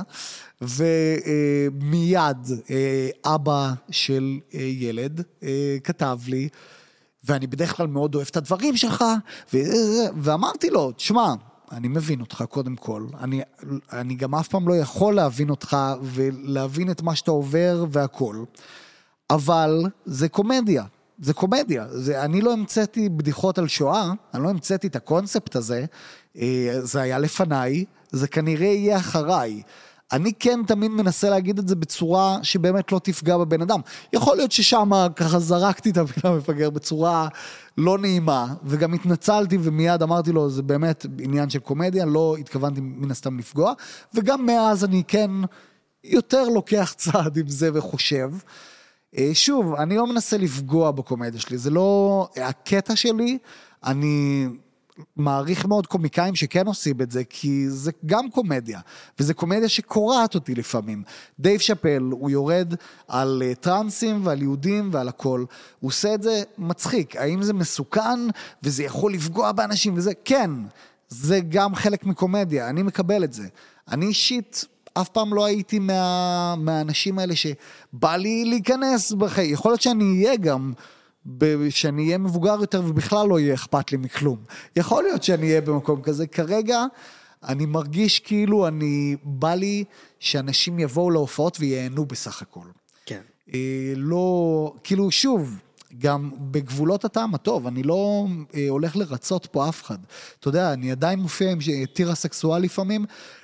ומיד אבא של ילד כתב לי, ואני בדרך כלל מאוד אוהב את הדברים שלך, ואמרתי לו, תשמע, אני מבין אותך קודם כל, אני גם אף פעם לא יכול להבין אותך, ולהבין את מה שאתה עובר והכל, אבל זה קומדיה, זה קומדיה, אני לא המצאתי בדיחות על שואה, אני לא המצאתי את הקונספט הזה, זה היה לפניי, זה כנראה יהיה אחריי, אני כן תמיד מנסה להגיד את זה בצורה שבאמת לא תפגע בבן אדם, יכול להיות ששם ככה זרקתי את המילה מפגר בצורה לא נעימה, וגם התנצלתי ומיד אמרתי לו, זה באמת עניין של קומדיה, לא התכוונתי מן הסתם לפגוע, וגם מאז אני כן יותר לוקח צעד עם זה וחושב, שוב, אני לא מנסה לפגוע בקומדיה שלי, זה לא הקטע שלי, אני מעריך מאוד קומיקאים שכן עושים את זה, כי זה גם קומדיה, וזה קומדיה שקורעת אותי לפעמים. דייב שאפל, הוא יורד על טרנסים ועל יהודים ועל הכל, הוא עושה את זה מצחיק, האם זה מסוכן וזה יכול לפגוע באנשים וזה, כן, זה גם חלק מקומדיה, אני מקבל את זה. אני אישית אף פעם לא הייתי מהאנשים האלה שבא לי להיכנס בחיי. יכול להיות שאני אהיה גם, שאני אהיה מבוגר יותר ובכלל לא יהיה אכפת לי מכלום. יכול להיות שאני אהיה במקום כזה. כרגע אני מרגיש כאילו בא לי שאנשים יבואו להופעות וייהנו בסך הכל. כן. לא, כאילו שוב, גם בגבולות הטעם הטוב, אני לא הולך לרצות פה אף אחד. אתה יודע, אני עדיין מופיע עם טירסקסואל לפעמים,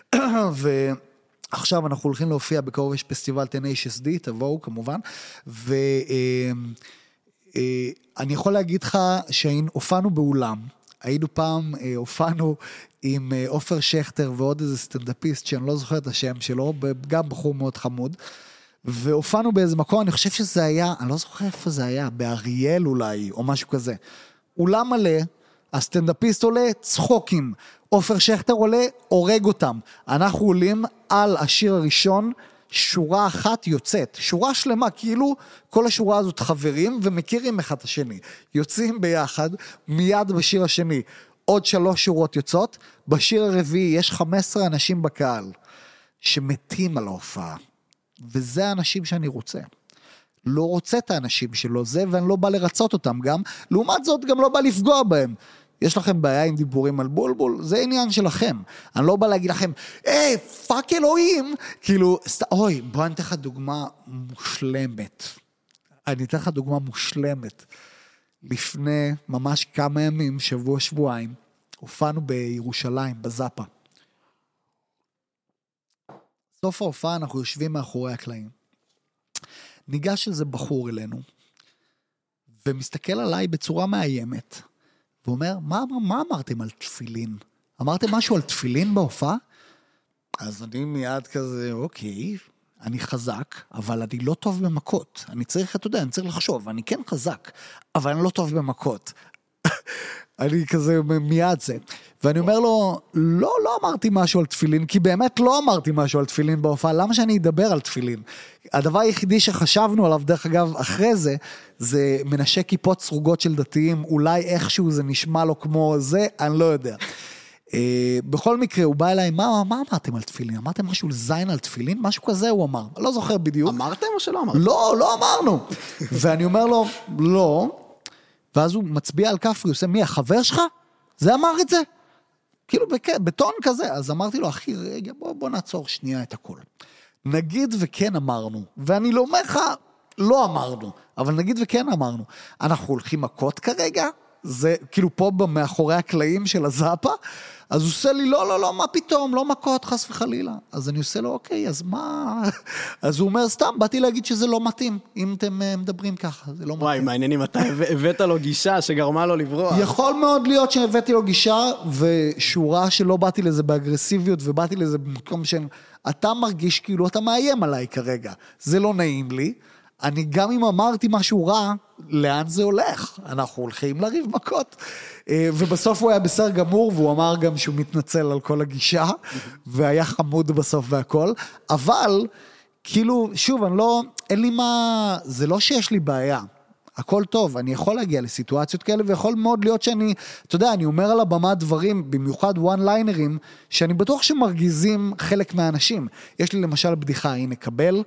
עכשיו אנחנו הולכים להופיע בקרוב, יש פסטיבל TNHSD, תבואו כמובן, ואני יכול להגיד לך שהופענו באולם, היינו פעם, הופענו עם עופר שכטר ועוד איזה סטנדאפיסט, שאני לא זוכר את השם שלו, גם בחור מאוד חמוד, והופענו באיזה מקום, אני חושב שזה היה, אני לא זוכר איפה זה היה, באריאל אולי, או משהו כזה, אולם מלא, הסטנדאפיסט עולה צחוקים, עופר שכטר עולה, הורג אותם. אנחנו עולים על השיר הראשון, שורה אחת יוצאת. שורה שלמה, כאילו כל השורה הזאת חברים ומכירים אחד את השני. יוצאים ביחד, מיד בשיר השני. עוד 3 שורות יוצאות. בשיר הרביעי יש 15 אנשים בקהל שמתים על ההופעה. וזה האנשים שאני רוצה. לא רוצה את האנשים שלו זה, ואני לא בא לרצות אותם גם. לעומת זאת גם לא בא לפגוע בהם. יש לכם בעיה עם דיבורים על בולבול, זה עניין שלכם. אני לא בא להגיד לכם, פאק אלוהים, כאילו, אוי, בוא אני אתן לך דוגמה מושלמת. אני אתן לך דוגמה מושלמת. לפני ממש כמה ימים, שבוע-שבועיים, הופענו בירושלים, בזאפה. סוף ההופעה אנחנו יושבים מאחורי הקלעים. ניגש איזה בחור אלינו, ומסתכל עליי בצורה מאיימת, ואומר, מה אמרתם על תפילין? אמרתם משהו על תפילין בהופעה? אז אני מיד כזה, אוקיי, אני חזק, אבל אני לא טוב במכות. אני צריך, אתה יודע, אני צריך לחשוב, אני כן חזק, אבל אני לא טוב במכות. אני כזה מיד זה. ואני אומר לו, לא אמרתי משהו על תפילין, כי באמת לא אמרתי משהו על תפילין בהופעה, למה שאני אדבר על תפילין? הדבר היחידי שחשבנו עליו, דרך אגב, אחרי זה, זה מנשק כיפות סרוגות של דתיים, אולי איכשהו זה נשמע לו כמו זה, אני לא יודע. בכל מקרה, הוא בא אליי, מה אמרתם על תפילין? אמרתם משהו לזין על תפילין? משהו כזה הוא אמר, אני לא זוכר בדיוק. אמרתם או שלא אמרתם? לא אמרנו. ואני אומר לו, לא, ואז הוא מצביע על כף, הוא עושה, מי, החבר שלך? זה אמר את זה? כאילו בטון כזה. אז אמרתי לו, אחי, רגע, בוא נעצור שנייה את הכל. נגיד וכן אמרנו, ואני לא אומר לך, לא אמרנו, אבל נגיד וכן אמרנו, אנחנו הולכים מכות כרגע, זה כאילו פה מאחורי הקלעים של הזאפה, אז הוא עושה לי, לא, מה פתאום, לא מכות, חס וחלילה. אז אני עושה לו, אוקיי, אז מה? אז הוא אומר, סתם, באתי להגיד שזה לא מתאים, אם אתם מדברים ככה, זה לא מתאים. וואי, מעניינים, אתה הבאת לו גישה שגרמה לו לברוח. יכול מאוד להיות שהבאתי לו גישה, ושורה שלא באתי לזה באגרסיביות, ובאתי לזה במקום אתה מרגיש כאילו אתה מאיים עליי כרגע, זה לא נעים לי, אני גם אם אמרתי משהו רע, לאן זה הולך? אנחנו הולכים לריב מכות. ובסוף הוא היה בסדר גמור, והוא אמר גם שהוא מתנצל על כל הגישה, והיה חמוד בסוף והכל, אבל, כאילו, שוב, אין לי מה, זה לא שיש לי בעיה, הכל טוב, אני יכול להגיע לסיטואציות כאלה, ויכול מאוד להיות שאני, אתה יודע, אני אומר על הבמה דברים, במיוחד one-liner'ים, שאני בטוח שמרגיזים חלק מהאנשים. יש לי למשל בדיחה, הנה קבל,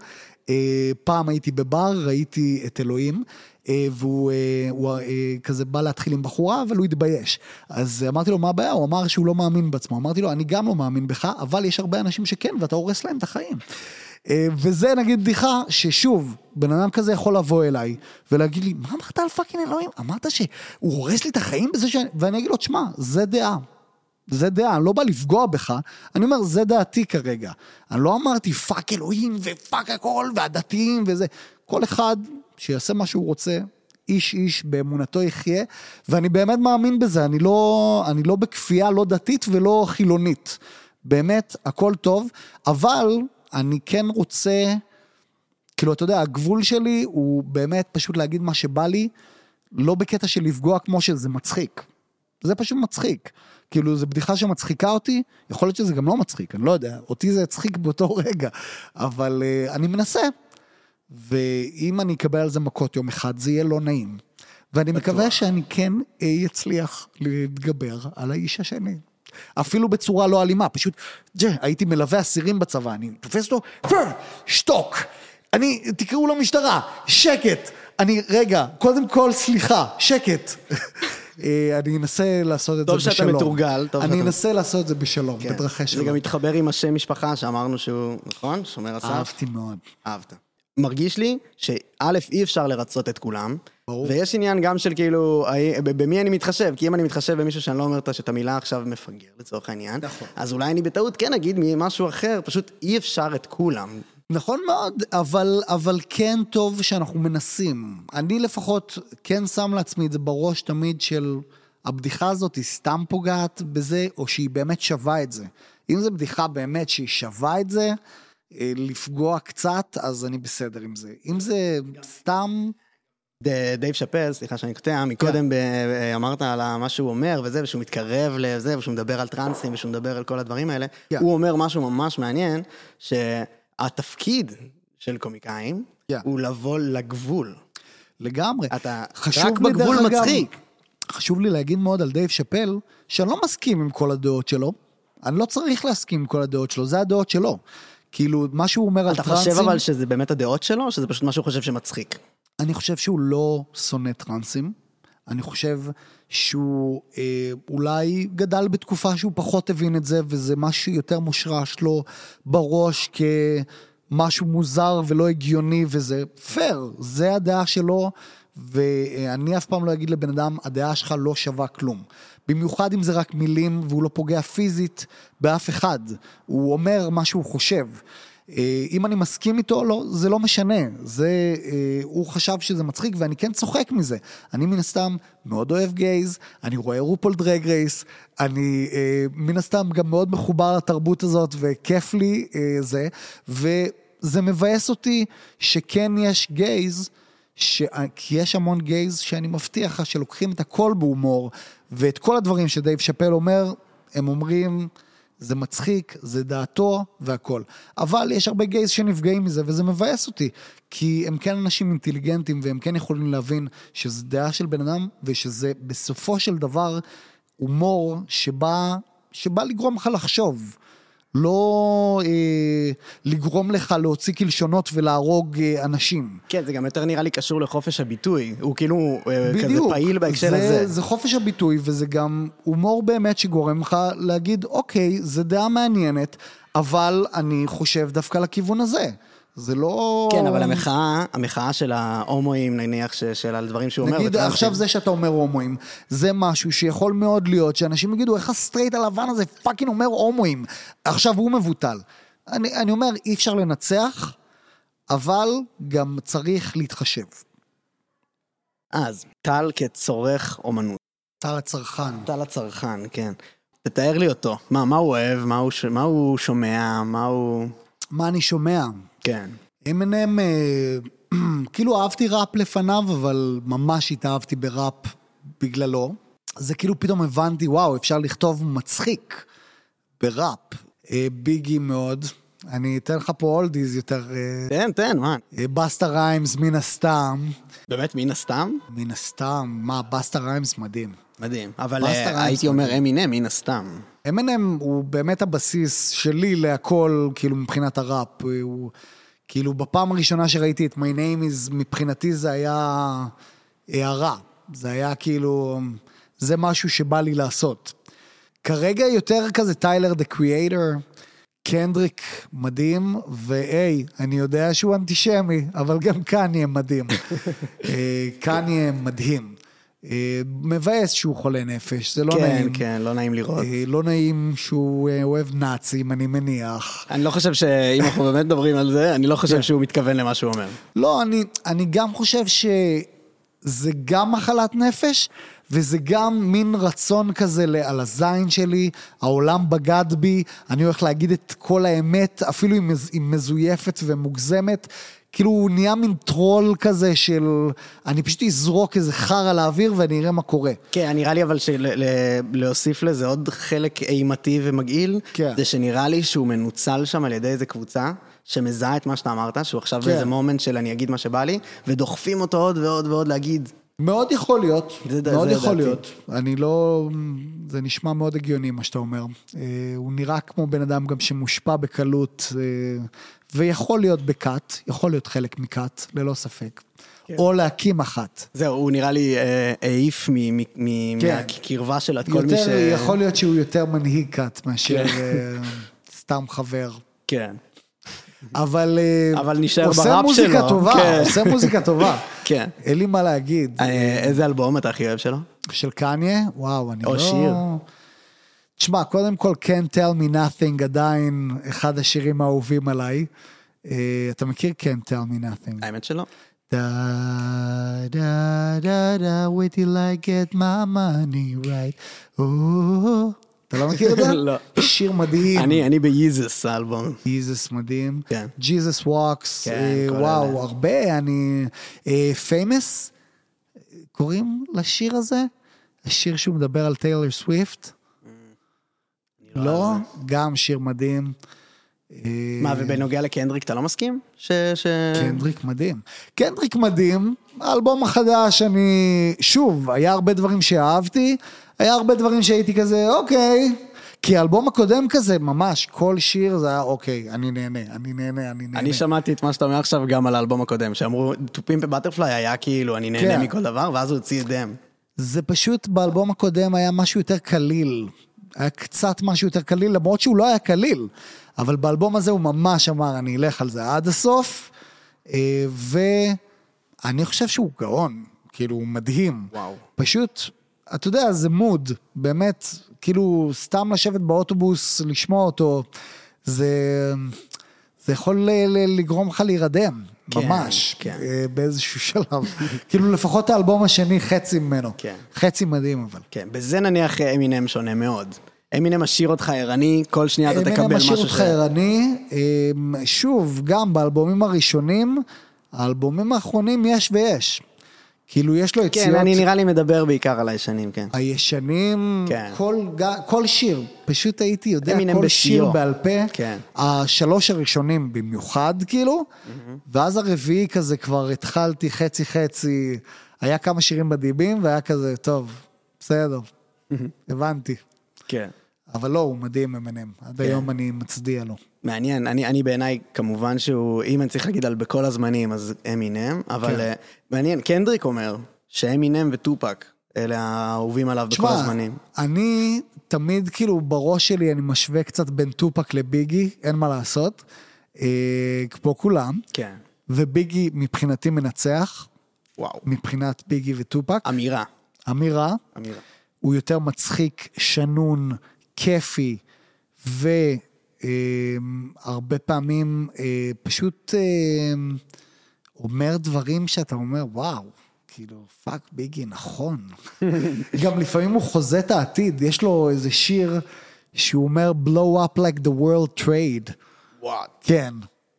פעם הייתי בבר, ראיתי את אלוהים, והוא כזה בא להתחיל עם בחורה, אבל הוא התבייש. אז אמרתי לו, מה הבעיה? הוא אמר שהוא לא מאמין בעצמו. אמרתי לו, אני גם לא מאמין בך, אבל יש הרבה אנשים שכן, ואתה הורס להם את החיים. וזה נגיד בדיחה ששוב, בן אדם כזה יכול לבוא אליי, ולהגיד לי, מה אמרת על פאקינג אלוהים? אמרת שהוא הורס לי את החיים בזה ואני אגיד לו, תשמע, זה דעה. זה דעה, אני לא בא לפגוע בך, אני אומר, זה דעתי כרגע. אני לא אמרתי פאק אלוהים ופאק הכל והדתיים וזה. כל אחד שיעשה מה שהוא רוצה, איש באמונתו יחיה, ואני באמת מאמין בזה, אני לא בכפייה, לא דתית ולא חילונית. באמת, הכל טוב, אבל אני כן רוצה, כאילו, אתה יודע, הגבול שלי הוא באמת פשוט להגיד מה שבא לי, לא בקטע של לפגוע כמו שזה מצחיק. זה פשוט מצחיק. כאילו, זו בדיחה שמצחיקה אותי, יכול להיות שזה גם לא מצחיק, אני לא יודע, אותי זה הצחיק באותו רגע, אבל אני מנסה, ואם אני אקבל על זה מכות יום אחד, זה יהיה לא נעים. ואני מקווה שאני כן אצליח להתגבר על האיש השני. אפילו בצורה לא אלימה, פשוט, הייתי מלווה אסירים בצבא, אני תופס אותו, שתוק, תקראו למשטרה, שקט, רגע, קודם כל סליחה, שקט. אני אנסה לעשות את זה בשלום. טוב שאתה מתורגל. אני אנסה לעשות את זה בשלום, בדרכי שלום. זה גם מתחבר עם השם משפחה שאמרנו שהוא, נכון? שומר הסף. אהבתי מאוד. אהבת. מרגיש לי שא' אי אפשר לרצות את כולם, ויש עניין גם של כאילו, במי אני מתחשב, כי אם אני מתחשב במישהו שאני לא אומר את המילה עכשיו מפגר לצורך העניין, אז אולי אני בטעות כן אגיד משהו אחר, פשוט אי אפשר את כולם. נכון מאוד, אבל כן טוב שאנחנו מנסים. אני לפחות כן שם לעצמי את זה בראש תמיד של הבדיחה הזאת היא סתם פוגעת בזה, או שהיא באמת שווה את זה. אם זו בדיחה באמת שהיא שווה את זה, לפגוע קצת, אז אני בסדר עם זה. אם זה סתם... דייב שאפל, סליחה שאני קוטע, מקודם אמרת על מה שהוא אומר וזה, ושהוא מתקרב לזה, ושהוא מדבר על טרנסים, ושהוא מדבר על כל הדברים האלה. הוא אומר משהו ממש מעניין, שהתפקיד של קומיקאים הוא לבוא לגבול. לגמרי. אתה רק בגבול מצחיק. חשוב לי להגיד מאוד על דייב שאפל, שאני לא מסכים עם כל הדעות שלו, אני לא צריך להסכים עם כל הדעות שלו, זה הדעות שלו. כאילו, מה שהוא אומר על טרנסים... אתה חושב אבל שזה באמת הדעות שלו, או שזה פשוט מה שהוא חושב שמצחיק? אני חושב שהוא לא שונא טרנסים, אני חושב שהוא אולי גדל בתקופה שהוא פחות הבין את זה, וזה משהו יותר מושרש לו בראש כמשהו מוזר ולא הגיוני, וזה פייר, זה הדעה שלו, ואני אף פעם לא אגיד לבן אדם, הדעה שלך לא שווה כלום. במיוחד אם זה רק מילים, והוא לא פוגע פיזית באף אחד. הוא אומר מה שהוא חושב. אם אני מסכים איתו, לא, זה לא משנה. הוא חשב שזה מצחיק, ואני כן צוחק מזה. אני מן הסתם מאוד אוהב גייז, אני רואה רופול דרג רייס, אני מן הסתם גם מאוד מחובר לתרבות הזאת, וכיף לי זה, וזה מבאס אותי שכן יש גייז, כי יש המון גייז שאני מבטיח שלוקחים את הכל בהומור, ואת כל הדברים שדייב שאפל אומר, הם אומרים, זה מצחיק, זה דעתו והכל. אבל יש הרבה גייז שנפגעים מזה, וזה מבאס אותי, כי הם כן אנשים אינטליגנטים, והם כן יכולים להבין שזה דעה של בן אדם, ושזה בסופו של דבר הומור שבא לגרום לך לחשוב. לא לגרום לך להוציא כלשונות ולהרוג אנשים. כן, זה גם יותר נראה לי קשור לחופש הביטוי. הוא כאילו כזה פעיל בהקשר הזה. זה חופש הביטוי, וזה גם הומור באמת שגורם לך להגיד, אוקיי, זה דעה מעניינת, אבל אני חושב דווקא לכיוון הזה. זה לא... כן, אבל המחאה של ההומואים, נניח של הדברים שהוא אומר... נגיד, עכשיו זה שאתה אומר הומואים, זה משהו שיכול מאוד להיות, שאנשים יגידו, איך הסטרייט הלבן הזה פאקינג אומר הומואים, עכשיו הוא מבוטל. אני אומר, אי אפשר לנצח, אבל גם צריך להתחשב. אז, טל כצורך אומנות. טל הצרכן. טל הצרכן, כן. תתאר לי אותו. מה הוא אוהב, מה הוא שומע, מה אני שומע? כן. אמינם, כאילו אהבתי ראפ לפניו, אבל ממש התאהבתי בראפ בגללו. זה כאילו פתאום הבנתי, וואו, אפשר לכתוב מצחיק בראפ. ביגי מאוד. אני אתן לך פה אולדיז יותר... תן, מה? בסטה ריימס, מן הסתם. באמת, מן הסתם? מן הסתם. מה, בסטה ריימס מדהים. מדהים. אבל הייתי אומר אמינם, מן הסתם. אמינם הוא באמת הבסיס שלי להכל, כאילו מבחינת הראפ. הוא, כאילו בפעם הראשונה שראיתי את My Name Is, מבחינתי זה היה הערה. זה היה כאילו, זה משהו שבא לי לעשות. כרגע יותר כזה טיילר דה קריאייטר, קנדריק מדהים, אני יודע שהוא אנטישמי, אבל גם קניה מדהים. קניה מדהים. מבאס שהוא חולה נפש, זה לא נעים. כן, לא נעים לראות. לא נעים שהוא אוהב נאצים, אני מניח. אני לא חושב שאם אנחנו באמת מדברים על זה, אני לא חושב שהוא מתכוון למה שהוא אומר. לא, אני גם חושב שזה גם מחלת נפש, וזה גם מין רצון כזה על הזין שלי, העולם בגד בי, אני הולך להגיד את כל האמת, אפילו אם מזויפת ומוגזמת, כאילו הוא נהיה מין טרול כזה של, אני פשוט אזרוק איזה חר על האוויר ואני אראה מה קורה. כן, נראה לי אבל להוסיף לזה עוד חלק אימתי ומגעיל, זה שנראה לי שהוא מנוצל שם על ידי איזה קבוצה, שמזהה את מה שאתה אמרת, שהוא עכשיו באיזה מומנט של אני אגיד מה שבא לי, ודוחפים אותו עוד ועוד ועוד להגיד. מאוד יכול להיות, מאוד יכול להיות. אני לא, זה נשמע מאוד הגיוני מה שאתה אומר. הוא נראה כמו בן אדם גם שמושפע בקלות, ויכול להיות בקאט, יכול להיות חלק מקאט, ללא ספק. או להקים אחת. זהו, הוא נראה לי העיף מהקרבה שלה את כל מי ש... יכול להיות שהוא יותר מנהיג קאט מאשר סתם חבר. כן. אבל נשאר בראפ שלו. עושה מוזיקה טובה. כן. אין לי מה להגיד. איזה אלבום אתה הכי אוהב שלו? של קניה? וואו, אני לא... או שיר. תשמע, קודם כל, Can't Tell Me Nothing עדיין אחד השירים האהובים עליי. אתה מכיר Can't Tell Me Nothing? האמת שלא. Da da da da, wait till I get my money right. אתה לא מכיר את זה? לא. שיר מדהים. אני ב-Jesus האלבום. Jesus מדהים. כן. Jesus Walks. וואו, הרבה. אני... Famous? קוראים לשיר הזה? השיר שהוא מדבר על טיילר סוויפט? לא? גם שיר מדהים. מה, ובנוגע לקנדריק אתה לא מסכים? קנדריק מדהים. קנדריק מדהים, האלבום החדש, שוב, היה הרבה דברים שאהבתי, היה הרבה דברים שהייתי כזה, אוקיי, כי האלבום הקודם כזה, ממש, כל שיר זה היה, אוקיי, אני נהנה. אני שמעתי את מה שאתה אומר עכשיו גם על האלבום הקודם, שאמרו, טופים בבטרפליי היה כאילו, אני נהנה מכל דבר, ואז הוא הוציא את דם. זה פשוט, באלבום הקודם היה משהו יותר קליל, היה קצת משהו יותר קליל, למרות שהוא לא היה קליל, אבל באלבום הזה הוא ממש אמר, אני אלך על זה עד הסוף, ואני חושב שהוא גאון, כאילו הוא מדהים. וואו. פשוט, אתה יודע, זה מוד, באמת, כאילו סתם לשבת באוטובוס, לשמוע אותו, זה יכול לגרום לך להירדם, ממש, באיזשהו שלב. כאילו לפחות האלבום השני, חצי ממנו. חצי מדהים אבל. כן, בזה נניח אמינם שונה מאוד. אמינם משאיר אותך ערני, כל שנייה אתה תקבל משהו ש... אמינם משאיר אותך ערני, שוב, גם באלבומים הראשונים, האלבומים האחרונים יש ויש. כאילו יש לו יציאות... כן, אני נראה לי מדבר בעיקר על הישנים, כן. הישנים, כן. כל שיר, פשוט הייתי יודע אמינם כל שיר בשיאו. בעל פה, כן. השלוש הראשונים במיוחד כאילו, ואז הרביעי כזה כבר התחלתי חצי, היה כמה שירים בדיבים, והיה כזה, טוב, בסדר, הבנתי. כן. אבל לא, הוא מדהים ממנם, עד היום אני מצדיע לו. מעניין, אני בעיניי כמובן שהוא, אם אני צריך להגיד על בכל הזמנים, אז אמינם, אבל מעניין, קנדריק אומר שאמינם וטופק, אלה האהובים עליו בכל הזמנים. אני תמיד כאילו בראש שלי אני משווה קצת בין טופק לביגי, אין מה לעשות, כמו כולם, כן. וביגי מבחינתי מנצח, וואו. מבחינת ביגי וטופק. אמירה. הוא יותר מצחיק, שנון, כיפי, והרבה פעמים פשוט אומר דברים שאתה אומר, וואו, כאילו, פאק ביגי, נכון. גם לפעמים הוא חוזה את העתיד, יש לו איזה שיר שהוא אומר, blow up like the world trade. וואט. כן.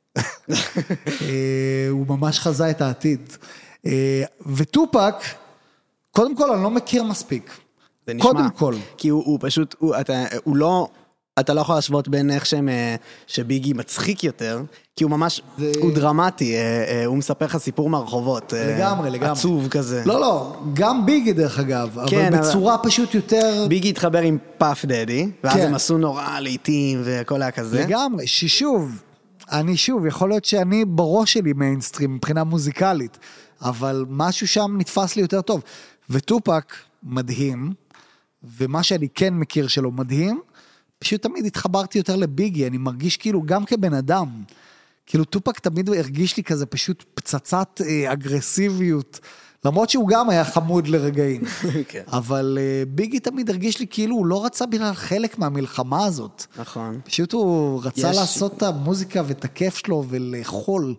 הוא ממש חזה את העתיד. וטופק, קודם כל אני לא מכיר מספיק. זה נשמע. קודם כל. כי הוא פשוט, אתה לא יכול להשוות בין איך שביגי מצחיק יותר, כי הוא ממש, הוא דרמטי, הוא מספר לך סיפור מהרחובות. לגמרי. עצוב כזה. לא, גם ביגי דרך אגב, כן, אבל בצורה פשוט יותר... ביגי התחבר עם פאף דדי, ואז הם עשו נורא לעיתים וכל היה כזה. לגמרי, יכול להיות שאני בראש שלי מיינסטרים מבחינה מוזיקלית, אבל משהו שם נתפס לי יותר טוב. וטופק מדהים, ומה שאני כן מכיר שלו מדהים, פשוט תמיד התחברתי יותר לביגי, אני מרגיש כאילו גם כבן אדם, כאילו טופק תמיד הרגיש לי כזה פשוט פצצת אגרסיביות, למרות שהוא גם היה חמוד לרגעים, אבל ביגי תמיד הרגיש לי כאילו הוא לא רצה בכלל חלק מהמלחמה הזאת. נכון. פשוט הוא רצה לעשות את המוזיקה ואת הכיף שלו ולאכול,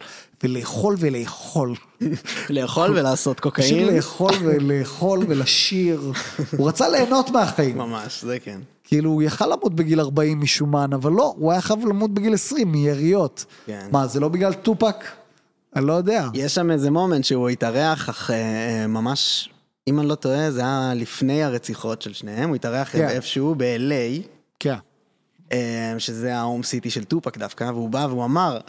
לאכול ולעשות קוקאין. פשוט לאכול ולשיר. הוא רצה ליהנות מהחיים. ממש, זה כן. כאילו הוא יכל למות בגיל 40 משומן, אבל לא, הוא היה חייב למות בגיל 20 מיריות. מה, זה לא בגלל טופק? אני לא יודע. יש שם איזה מומנט שהוא התארח, אך ממש, אם אני לא טועה, זה היה לפני הרציחות של שניהם, הוא התארח איפשהו ב-LA, כן. שזה ההום סיטי של טופק דווקא, והוא בא והוא אמר,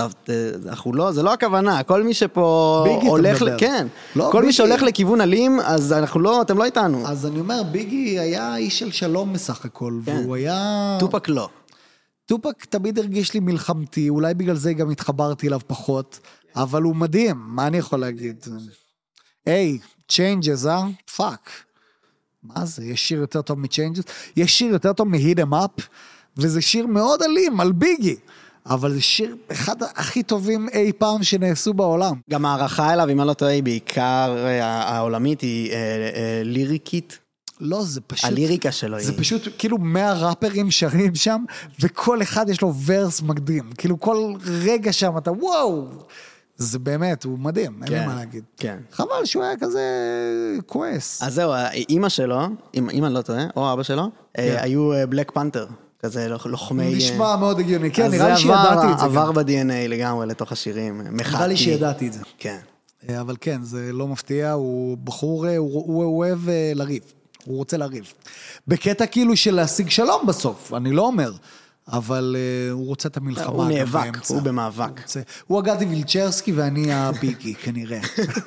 זה לא הכוונה, כל מי שפה הולך, כן, כל מי שהולך לכיוון אלים, אז אתם לא איתנו. אז אני אומר, ביגי היה איש של שלום בסך הכל, והוא היה... טופק לא. טופק תמיד הרגיש לי מלחמתי, אולי בגלל זה גם התחברתי אליו פחות, אבל הוא מדהים, מה אני יכול להגיד? היי, changes, פאק. מה זה? יש שיר יותר טוב מ-changes? יש שיר יותר טוב מ-hit em up, וזה שיר מאוד אלים על ביגי, אבל זה שיר אחד הכי טובים אי פעם שנעשו בעולם. גם הערכה אליו, אם אני לא טועה, בעיקר העולמית היא ליריקית. לא, זה פשוט... הליריקה שלו היא... זה פשוט כאילו 100 ראפרים שרים שם, וכל אחד יש לו ורס מקדים. כאילו כל רגע שם אתה וואו. זה באמת, הוא מדהים, אין לי מה להגיד. כן. חבל שהוא היה כזה כועס. אז זהו, אמא שלו, אם אני לא טועה, או אבא שלו, היו בלק פנתר. כזה לוחמי... נשמע מאוד הגיוני, כן, נראה לי שידעתי את זה. עבר ב-DNA לגמרי לתוך השירים, מחאתי. נראה לי שידעתי את זה. כן. אבל כן, זה לא מפתיע, הוא בחור, הוא אוהב לריב, הוא רוצה לריב. בקטע כאילו של להשיג שלום בסוף, אני לא אומר, אבל הוא רוצה את המלחמה. הוא נאבק, הוא במאבק. הוא הגדי וילצ'רסקי ואני הביגי, כנראה.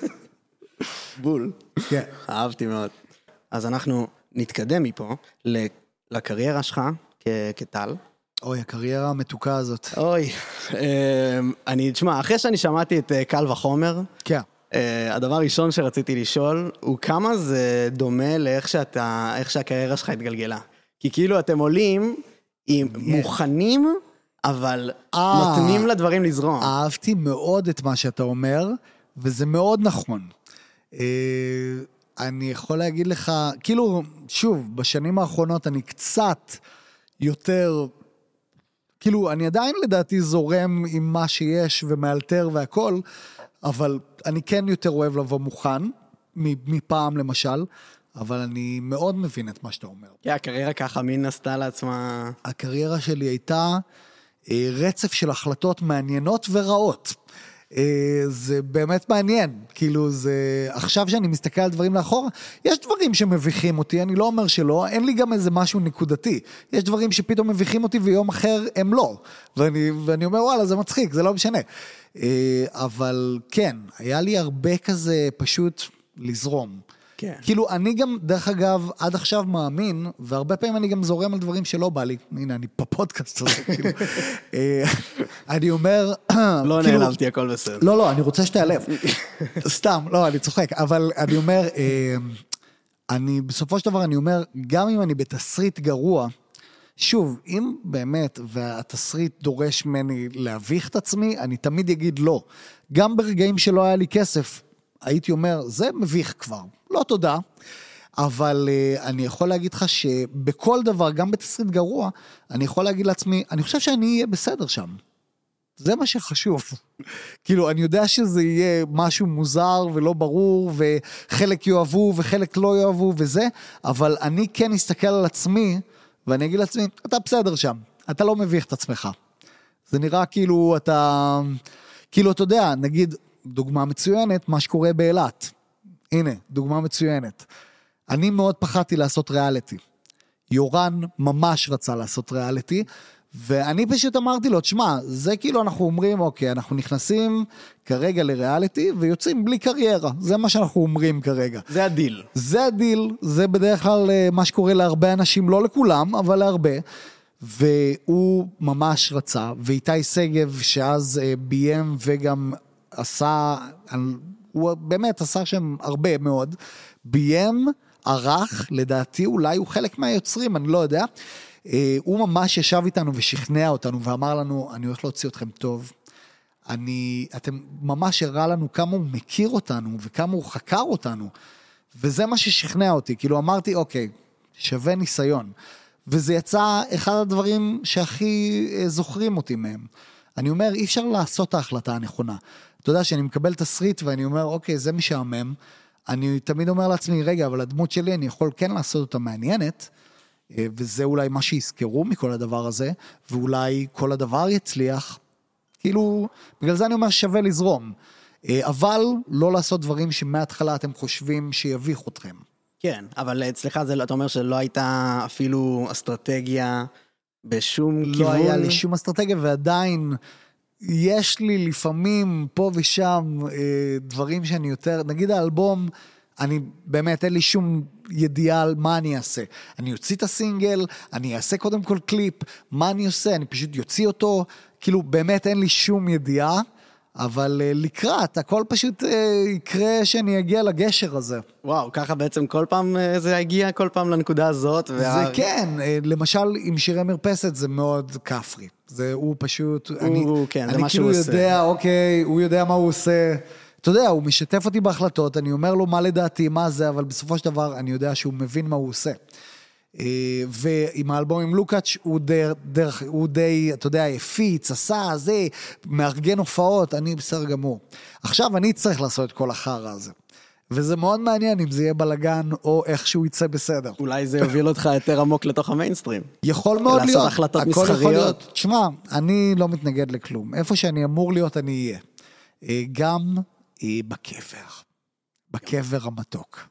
בול. כן. אהבתי מאוד. אז אנחנו נתקדם מפה לקריירה שלך, כטל. אוי, הקריירה המתוקה הזאת. אוי, תשמע, אחרי שאני שמעתי את קל וחומר, כן. הדבר הראשון שרציתי לשאול, הוא כמה זה דומה לאיך שהקריירה שלך התגלגלה. כי כאילו אתם עולים, מוכנים, אבל נותנים לדברים לזרום. אהבתי מאוד את מה שאתה אומר, וזה מאוד נכון. אני יכול להגיד לך, כאילו, שוב, בשנים האחרונות אני קצת יותר, כאילו, אני עדיין לדעתי זורם עם מה שיש ומאלתר והכל, אבל אני כן יותר אוהב לבוא מוכן, מפעם למשל, אבל אני מאוד מבין את מה שאתה אומר. כן, הקריירה ככה, מין עשתה לעצמה... הקריירה שלי הייתה רצף של החלטות מעניינות ורעות. זה באמת מעניין, כאילו זה, עכשיו שאני מסתכל על דברים לאחור, יש דברים שמביכים אותי, אני לא אומר שלא, אין לי גם איזה משהו נקודתי, יש דברים שפתאום מביכים אותי ויום אחר הם לא, ואני אומר וואלה זה מצחיק, זה לא משנה, אבל כן, היה לי הרבה כזה פשוט לזרום, כן. כאילו אני גם דרך אגב עד עכשיו מאמין, והרבה פעמים אני גם זורם על דברים שלא בא לי, הנה אני בפודקאסט הזה, כאילו, אני אומר, לא נעלבתי, הכל בסדר. לא, אני רוצה שתעלב, סתם, לא, אני צוחק, אבל אני אומר, בסופו של דבר אני אומר, גם אם אני בתסריט גרוע, שוב, אם באמת, והתסריט דורש ממני להביך את עצמי, אני תמיד אגיד לא, גם ברגעים שלא היה לי כסף, הייתי אומר, זה מביך כבר, לא תודה, אבל אני יכול להגיד לך שבכל דבר, גם בתסריט גרוע, אני יכול להגיד לעצמי, אני חושב שאני אהיה בסדר שם. זה מה שחשוב. כאילו, אני יודע שזה יהיה משהו מוזר ולא ברור, וחלק יאהבו וחלק לא יאהבו וזה, אבל אני כן אסתכל על עצמי, ואני אגיד לעצמי, אתה בסדר שם, אתה לא מביך את עצמך. זה נראה כאילו אתה יודע, נגיד, דוגמה מצוינת, מה שקורה באילת. הנה, דוגמה מצוינת. אני מאוד פחדתי לעשות ריאליטי. יורן ממש רצה לעשות ריאליטי, ואני פשוט אמרתי לו, תשמע, זה כאילו אנחנו אומרים, אוקיי, אנחנו נכנסים כרגע לריאליטי, ויוצאים בלי קריירה. זה מה שאנחנו אומרים כרגע. זה הדיל. זה הדיל, זה בדרך כלל מה שקורה להרבה אנשים, לא לכולם, אבל להרבה. והוא ממש רצה, ואיתי סגב, שאז ביים וגם עשה, הוא באמת עשה שם הרבה מאוד, ביים, ערך, לדעתי אולי הוא חלק מהיוצרים, אני לא יודע, הוא ממש ישב איתנו ושכנע אותנו, ואמר לנו, אני הולך להוציא אתכם טוב, אתם ממש הראה לנו כמה הוא מכיר אותנו, וכמה הוא חקר אותנו, וזה מה ששכנע אותי, כאילו אמרתי, אוקיי, שווה ניסיון, וזה יצא אחד הדברים שהכי זוכרים אותי מהם, אני אומר, אי אפשר לעשות את ההחלטה הנכונה, אתה יודע שאני מקבל תסריט ואני אומר, אוקיי, זה משעמם, אני תמיד אומר לעצמי, רגע, אבל הדמות שלי אני יכול כן לעשות אותה מעניינת, וזה אולי מה שיזכרו מכל הדבר הזה, ואולי כל הדבר יצליח, כאילו, בגלל זה אני אומר שווה לזרום, אבל לא לעשות דברים שמההתחלה אתם חושבים שיביך אתכם. כן, אבל אצלך אתה אומר שלא הייתה אפילו אסטרטגיה בשום כיוון? לא היה לי שום אסטרטגיה, ועדיין יש לי לפעמים פה ושם דברים שאני יותר, נגיד האלבום, אני באמת אין לי שום ידיעה על מה אני אעשה. אני יוציא את הסינגל, אני אעשה קודם כל קליפ, מה אני עושה? אני פשוט יוציא אותו, כאילו באמת אין לי שום ידיעה, אבל לקראת, הכל פשוט יקרה שאני אגיע לגשר הזה. וואו, ככה בעצם כל פעם זה הגיע, כל פעם לנקודה הזאת. זה כן, למשל עם שירי מרפסת זה מאוד כפרי. זה הוא פשוט, אני כאילו יודע, אוקיי, הוא יודע מה הוא עושה. אתה יודע, הוא משתף אותי בהחלטות, אני אומר לו מה לדעתי, מה זה, אבל בסופו של דבר אני יודע שהוא מבין מה הוא עושה. ועם האלבום עם לוקאץ' הוא די, אתה יודע, הפיץ, עשה, זה, מארגן הופעות, אני בסדר גמור. עכשיו אני צריך לעשות את כל החרא הזה. וזה מאוד מעניין אם זה יהיה בלגן או איך שהוא יצא בסדר. אולי זה יוביל אותך יותר עמוק לתוך המיינסטרים. יכול מאוד להיות. לעשות החלטות מסחריות. תשמע, אני לא מתנגד לכלום. איפה שאני אמור להיות אני אהיה. גם בקבר המתוק.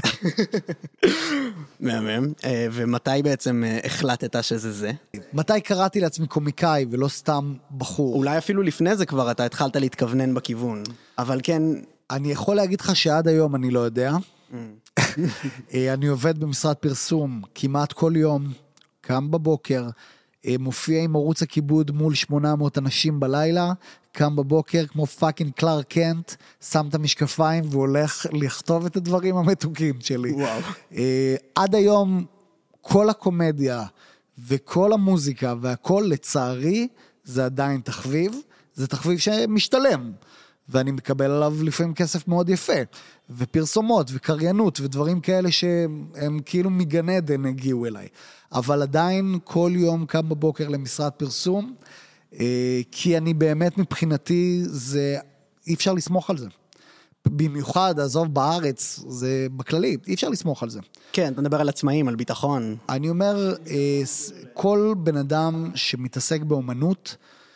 מהמם. ומתי בעצם החלטת שזה זה? מתי קראתי לעצמי קומיקאי ולא סתם בחור? אולי אפילו לפני זה כבר אתה התחלת להתכוונן בכיוון. אבל כן... אני יכול להגיד לך שעד היום אני לא יודע. אני עובד במשרד פרסום כמעט כל יום, קם בבוקר, מופיע עם ערוץ הכיבוד מול 800 אנשים בלילה, קם בבוקר כמו פאקינג קלארק קנט, שם את המשקפיים והולך לכתוב את הדברים המתוקים שלי. וואו. עד היום כל הקומדיה וכל המוזיקה והכל לצערי זה עדיין תחביב, זה תחביב שמשתלם. ואני מקבל עליו לפעמים כסף מאוד יפה, ופרסומות וקריינות ודברים כאלה שהם כאילו מגן עדן הגיעו אליי. אבל עדיין כל יום קם בבוקר למשרד פרסום, כי אני באמת מבחינתי, אי אפשר לסמוך על זה. במיוחד, עזוב בארץ, זה בכללי, אי אפשר לסמוך על זה. כן, אתה מדבר על עצמאים, על ביטחון. אני אומר, כל בן אדם שמתעסק באומנות,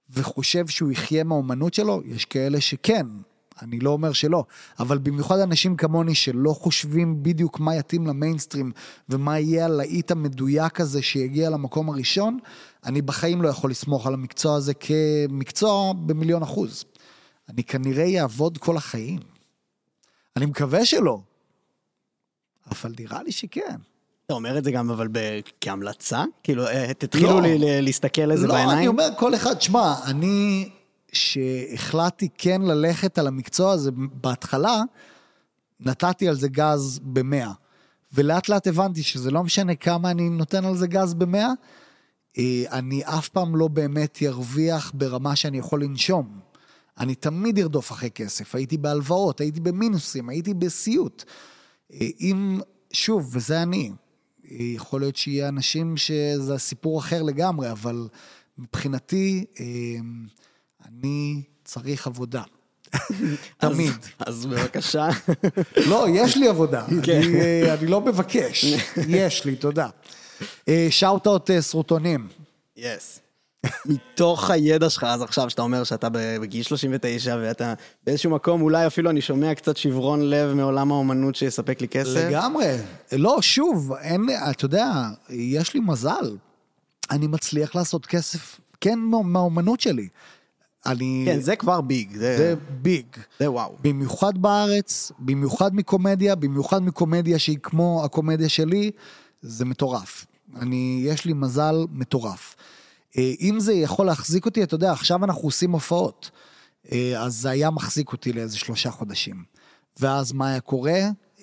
וחושב שהוא יחיה מהאומנות שלו, יש כאלה שכן, אני לא אומר שלא, אבל במיוחד אנשים כמוני שלא חושבים בדיוק מה יתאים למיינסטרים, ומה יהיה הלהיט המדויק הזה שיגיע למקום הראשון, אני בחיים לא יכול לסמוך על המקצוע הזה כמקצוע ב1,000,000%. אני כנראה יעבוד כל החיים. אני מקווה שלא, אבל נראה לי שכן. אתה אומר את זה גם אבל כהמלצה? כאילו, תתחילו להסתכל לזה בעיניים? לא, אני אומר כל אחד, שמה, אני שהחלטתי כן ללכת על המקצוע הזה בהתחלה, נתתי על זה גז ב100, ולאט לאט הבנתי שזה לא משנה כמה אני נותן על זה גז ב100, אני אף פעם לא באמת ירוויח ברמה שאני יכול לנשום. אני תמיד ארדוף אחרי כסף, הייתי בהלוואות, הייתי במינוסים, הייתי בסיוט. אם, שוב, וזה אני, יכול להיות שיהיה אנשים שזה סיפור אחר לגמרי, אבל מבחינתי, אני צריך עבודה. תמיד. אז בבקשה. לא, יש לי עבודה. אני לא מבקש. יש לי, תודה. שאוט-אוט סרוטונים. יס. מתוך הידע שלך, אז עכשיו שאתה אומר שאתה בגיל 39, ואתה באיזשהו מקום, אולי אפילו אני שומע קצת שברון לב מעולם האומנות שיספק לי כסף. לגמרי. לא, שוב, אתה יודע, יש לי מזל. אני מצליח לעשות כסף, כן, מהאומנות שלי. כן, זה כבר ביג. זה ביג. זה וואו. במיוחד בארץ, במיוחד מקומדיה שהיא כמו הקומדיה שלי, זה מטורף. יש לי מזל מטורף. אם זה יכול להחזיק אותי, אתה יודע, עכשיו אנחנו עושים הופעות, אז זה היה מחזיק אותי לאיזה 3 חודשים. ואז מה היה קורה?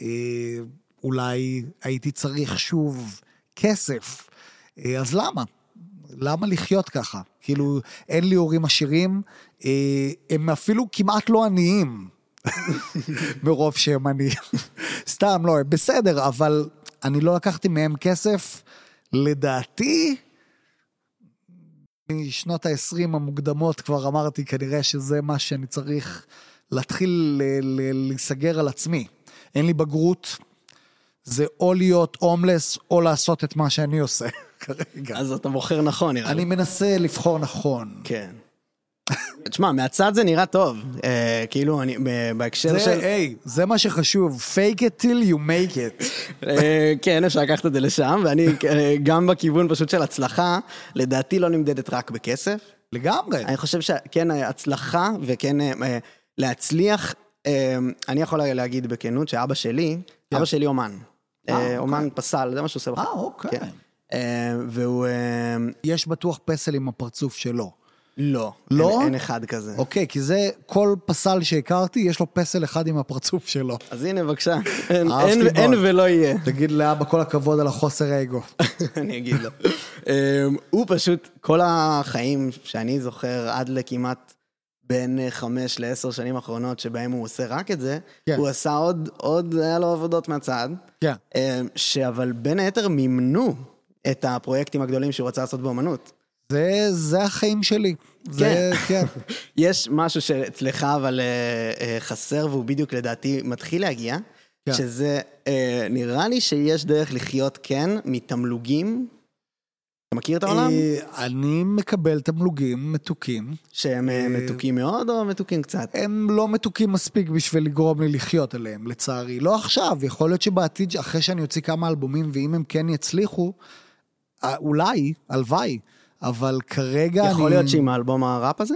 אולי הייתי צריך שוב כסף. אז למה? למה לחיות ככה? כאילו, אין לי הורים עשירים, הם אפילו כמעט לא עניים, מרוב שהם עניים. סתם, לא, בסדר, אבל אני לא לקחתי מהם כסף, לדעתי, משנות ה-20 המוקדמות כבר אמרתי, כנראה שזה מה שאני צריך להתחיל להיסגר על עצמי. אין לי בגרות, זה או להיות הומלס, או לעשות את מה שאני עושה כרגע. אז אתה בוחר נכון, נראה לי. אני מנסה לבחור נכון. כן. תשמע, מהצד זה נראה טוב. כאילו, אני, בהקשר של... היי, זה מה שחשוב. Fake it till you make it. כן, אפשר לקחת את זה לשם, ואני גם בכיוון פשוט של הצלחה, לדעתי לא נמדדת רק בכסף. לגמרי. אני חושב שכן, הצלחה וכן להצליח, אני יכול להגיד בכנות שאבא שלי, אבא שלי אומן. אומן פסל, זה מה שהוא עושה בחיים. אוקיי. והוא... יש בטוח פסל עם הפרצוף שלו. לא. לא? אין אחד כזה. אוקיי, כי זה כל פסל שהכרתי, יש לו פסל אחד עם הפרצוף שלו. אז הנה, בבקשה. אין ולא יהיה. תגיד לאבא כל הכבוד על החוסר האגו. אני אגיד לו. הוא פשוט, כל החיים שאני זוכר עד לכמעט בין 5 ל10 שנים האחרונות שבהם הוא עושה רק את זה, הוא עשה עוד, היה לו עבודות מהצד, שאבל בין היתר מימנו את הפרויקטים הגדולים שהוא רצה לעשות באמנות. זה החיים שלי. כן. יש משהו שאצלך אבל חסר, והוא בדיוק לדעתי מתחיל להגיע, שזה נראה לי שיש דרך לחיות כן מתמלוגים. אתה מכיר את העולם? אני מקבל תמלוגים מתוקים. שהם מתוקים מאוד או מתוקים קצת? הם לא מתוקים מספיק בשביל לגרום לי לחיות עליהם, לצערי. לא עכשיו, יכול להיות שבעתיד, אחרי שאני יוציא כמה אלבומים, ואם הם כן יצליחו, אולי, הלוואי. אבל כרגע יכול להיות שעם האלבום הראפ הזה?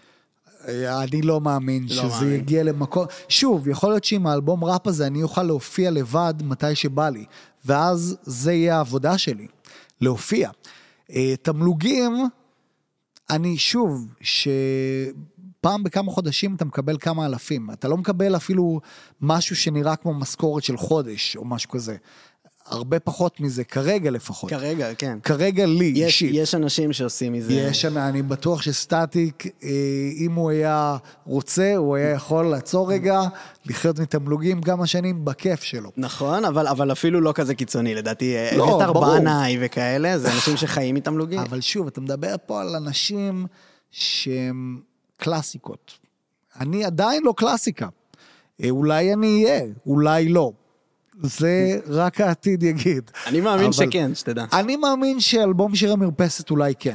אני לא מאמין שזה יגיע למקום. שוב, יכול להיות שעם האלבום ראפ הזה אני אוכל להופיע לבד מתי שבא לי. ואז זה יהיה העבודה שלי. להופיע. תמלוגים, אני שוב, שפעם בכמה חודשים אתה מקבל כמה אלפים. אתה לא מקבל אפילו משהו שנראה כמו משכורת של חודש או משהו כזה. הרבה פחות מזה, כרגע לפחות. כרגע, כן. כרגע לי, אישית. יש אנשים שעושים מזה. אני בטוח שסטטיק, אם הוא היה רוצה, הוא היה יכול לעצור רגע, לחיות מתמלוגים כמה שנים בכיף שלו. נכון, אבל אפילו לא כזה קיצוני, לדעתי. הבאת 4 נאי וכאלה, זה אנשים שחיים מתמלוגים. אבל שוב, אתה מדבר פה על אנשים שהם קלאסיקות. אני עדיין לא קלאסיקה. אולי אני אהיה, אולי לא. זה רק העתיד יגיד. אני מאמין שכן, שתדע. אני מאמין שאלבום שיר המרפסת אולי כן.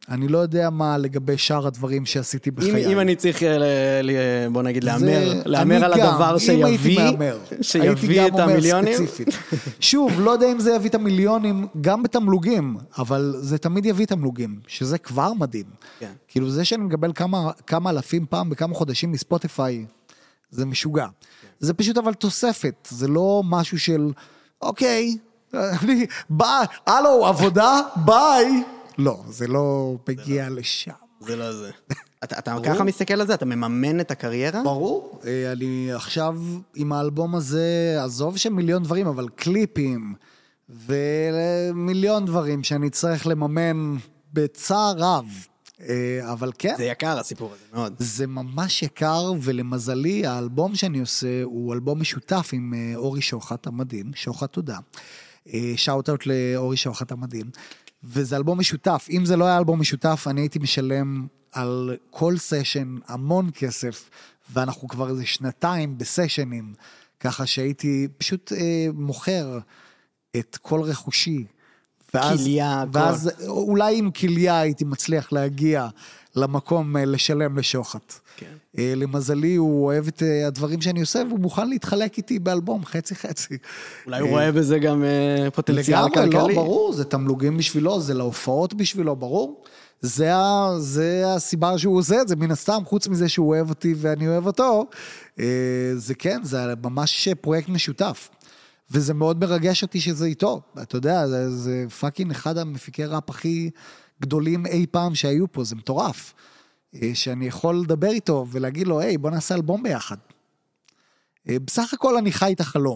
אני לא יודע מה לגבי שאר הדברים שעשיתי בחיי. אם אני צריך, בוא נגיד, להמר על הדבר שיביא את המיליונים. שוב, לא יודע אם זה יביא את המיליונים, גם בתמלוגים, אבל זה תמיד יביא תמלוגים, שזה כבר מדהים. כאילו זה שאני מקבל כמה אלפים פעם בכמה חודשים מספוטיפיי, זה משוגע. זה פשוט אבל תוספת, זה לא משהו של, אוקיי, ביי, הלו, עבודה, ביי. לא, זה לא מגיע לשם. זה לא זה. אתה ככה מסתכל על זה? אתה מממן את הקריירה? ברור. אני עכשיו עם האלבום הזה, עזוב שמיליון דברים, אבל קליפים, ומיליון דברים שאני צריך לממן בצער רב. אבל כן. זה יקר הסיפור הזה, מאוד. זה ממש יקר, ולמזלי, האלבום שאני עושה הוא אלבום משותף עם אורי שוחט המדהים, שוחט תודה. שאוט-אוט לאורי שוחט המדהים. וזה אלבום משותף. אם זה לא היה אלבום משותף, אני הייתי משלם על כל סשן המון כסף, ואנחנו כבר איזה 2 בסשנים, ככה שהייתי פשוט מוכר את כל רכושי. ואז אולי עם כליה הייתי מצליח להגיע למקום לשלם לשוחט. כן. למזלי הוא אוהב את הדברים שאני עושה, והוא מוכן להתחלק איתי באלבום, חצי. אולי הוא רואה בזה גם פוטנציאל כלכלי. לגמרי, לא, ברור, זה תמלוגים בשבילו, זה להופעות בשבילו, ברור. זה הסיבה שהוא עושה את זה, מן הסתם, חוץ מזה שהוא אוהב אותי ואני אוהב אותו, זה כן, זה ממש פרויקט משותף. וזה מאוד מרגש אותי שזה איתו. אתה יודע, זה פאקינג אחד המפיקי ראפ הכי גדולים אי פעם שהיו פה, זה מטורף. שאני יכול לדבר איתו ולהגיד לו, היי, בוא נעשה אלבום ביחד. בסך הכל אני חי את החלום.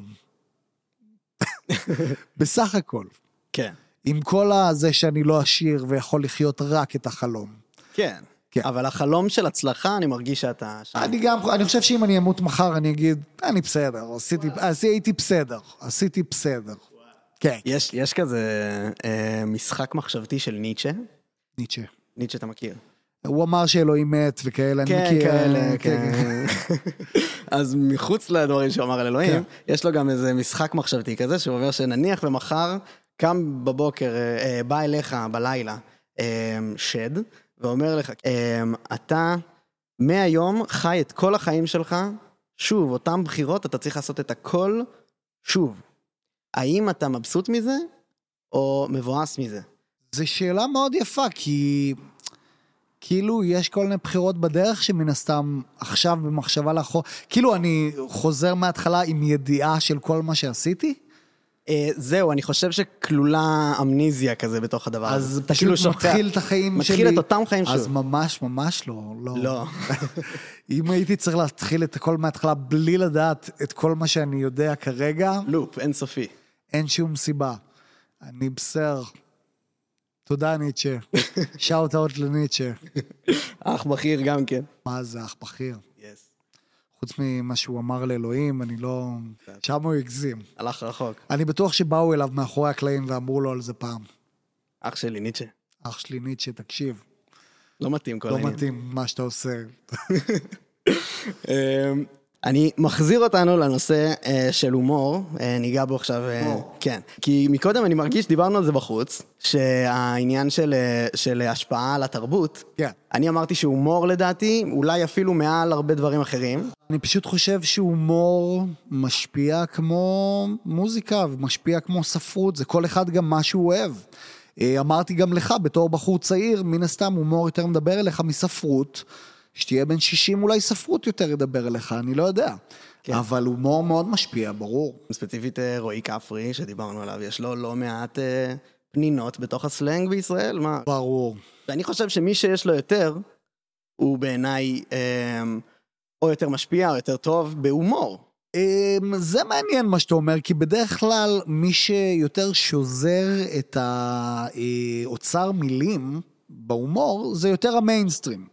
בסך הכל. כן. עם כל הזה שאני לא עשיר ויכול לחיות רק את החלום. כן. אבל החלום של הצלחה, אני מרגיש שאתה... אני חושב שאם אני אמות מחר, אני אגיד, אני בסדר, עשיתי בסדר. כן. יש כזה משחק מחשבתי של ניטשה. ניטשה אתה מכיר. הוא אמר שאלוהים מת וכאלה, אני מכיר. כן. אז מחוץ לדברים שהוא אמר על אלוהים, יש לו גם איזה משחק מחשבתי כזה, שהוא אומר שנניח ומחר, קם בבוקר, בא אליך בלילה, שד, ואומר לך, אתה מהיום חי את כל החיים שלך, שוב, אותם בחירות, אתה צריך לעשות את הכל שוב. האם אתה מבסוט מזה, או מבואס מזה? זו שאלה מאוד יפה, כי כאילו יש כל מיני בחירות בדרך, שמן הסתם עכשיו במחשבה לאחור, כאילו אני חוזר מההתחלה עם ידיעה של כל מה שעשיתי, זהו, אני חושב שכלולה אמניזיה כזה בתוך הדבר. אז פשוט מתחיל את החיים שלי. מתחיל את אותם חיים שלי. אז ממש לא. לא. אם הייתי צריך להתחיל את הכל מההתחלה בלי לדעת את כל מה שאני יודע כרגע. לופ, אין סופי. אין שום סיבה. אני בסדר. תודה ניטשה. שאוט-אוט לניטשה. אח בכיר גם כן. מה זה אח בכיר? חוץ ממה שהוא אמר לאלוהים, אני לא... שם הוא הגזים. הלך רחוק. אני בטוח שבאו אליו מאחורי הקלעים ואמרו לו על זה פעם. אח שלי, ניטשה. אח שלי, ניטשה, תקשיב. לא מתאים כל העניין. לא מתאים מה שאתה עושה. אני מחזיר אותנו לנושא של הומור, ניגע בו עכשיו, כן. כי מקודם אני מרגיש, דיברנו על זה בחוץ, שהעניין של השפעה על התרבות, אני אמרתי שהומור לדעתי, אולי אפילו מעל הרבה דברים אחרים. אני פשוט חושב שהומור משפיע כמו מוזיקה, ומשפיע כמו ספרות, זה כל אחד גם מה שהוא אוהב. אמרתי גם לך, בתור בחור צעיר, מן הסתם הומור יותר מדבר אליך מספרות, שתהיה בין 60 אולי ספרות יותר ידבר אליך, אני לא יודע. כן. אבל הומור מאוד משפיע, ברור. ספציפית רועי כפרי, שדיברנו עליו, יש לו לא מעט פנינות בתוך הסלנג בישראל, מה? ברור. ואני חושב שמי שיש לו יותר, הוא בעיניי או יותר משפיע או יותר טוב בהומור. זה מעניין מה שאתה אומר, כי בדרך כלל מי שיותר שוזר את האוצר מילים בהומור, זה יותר המיינסטרים.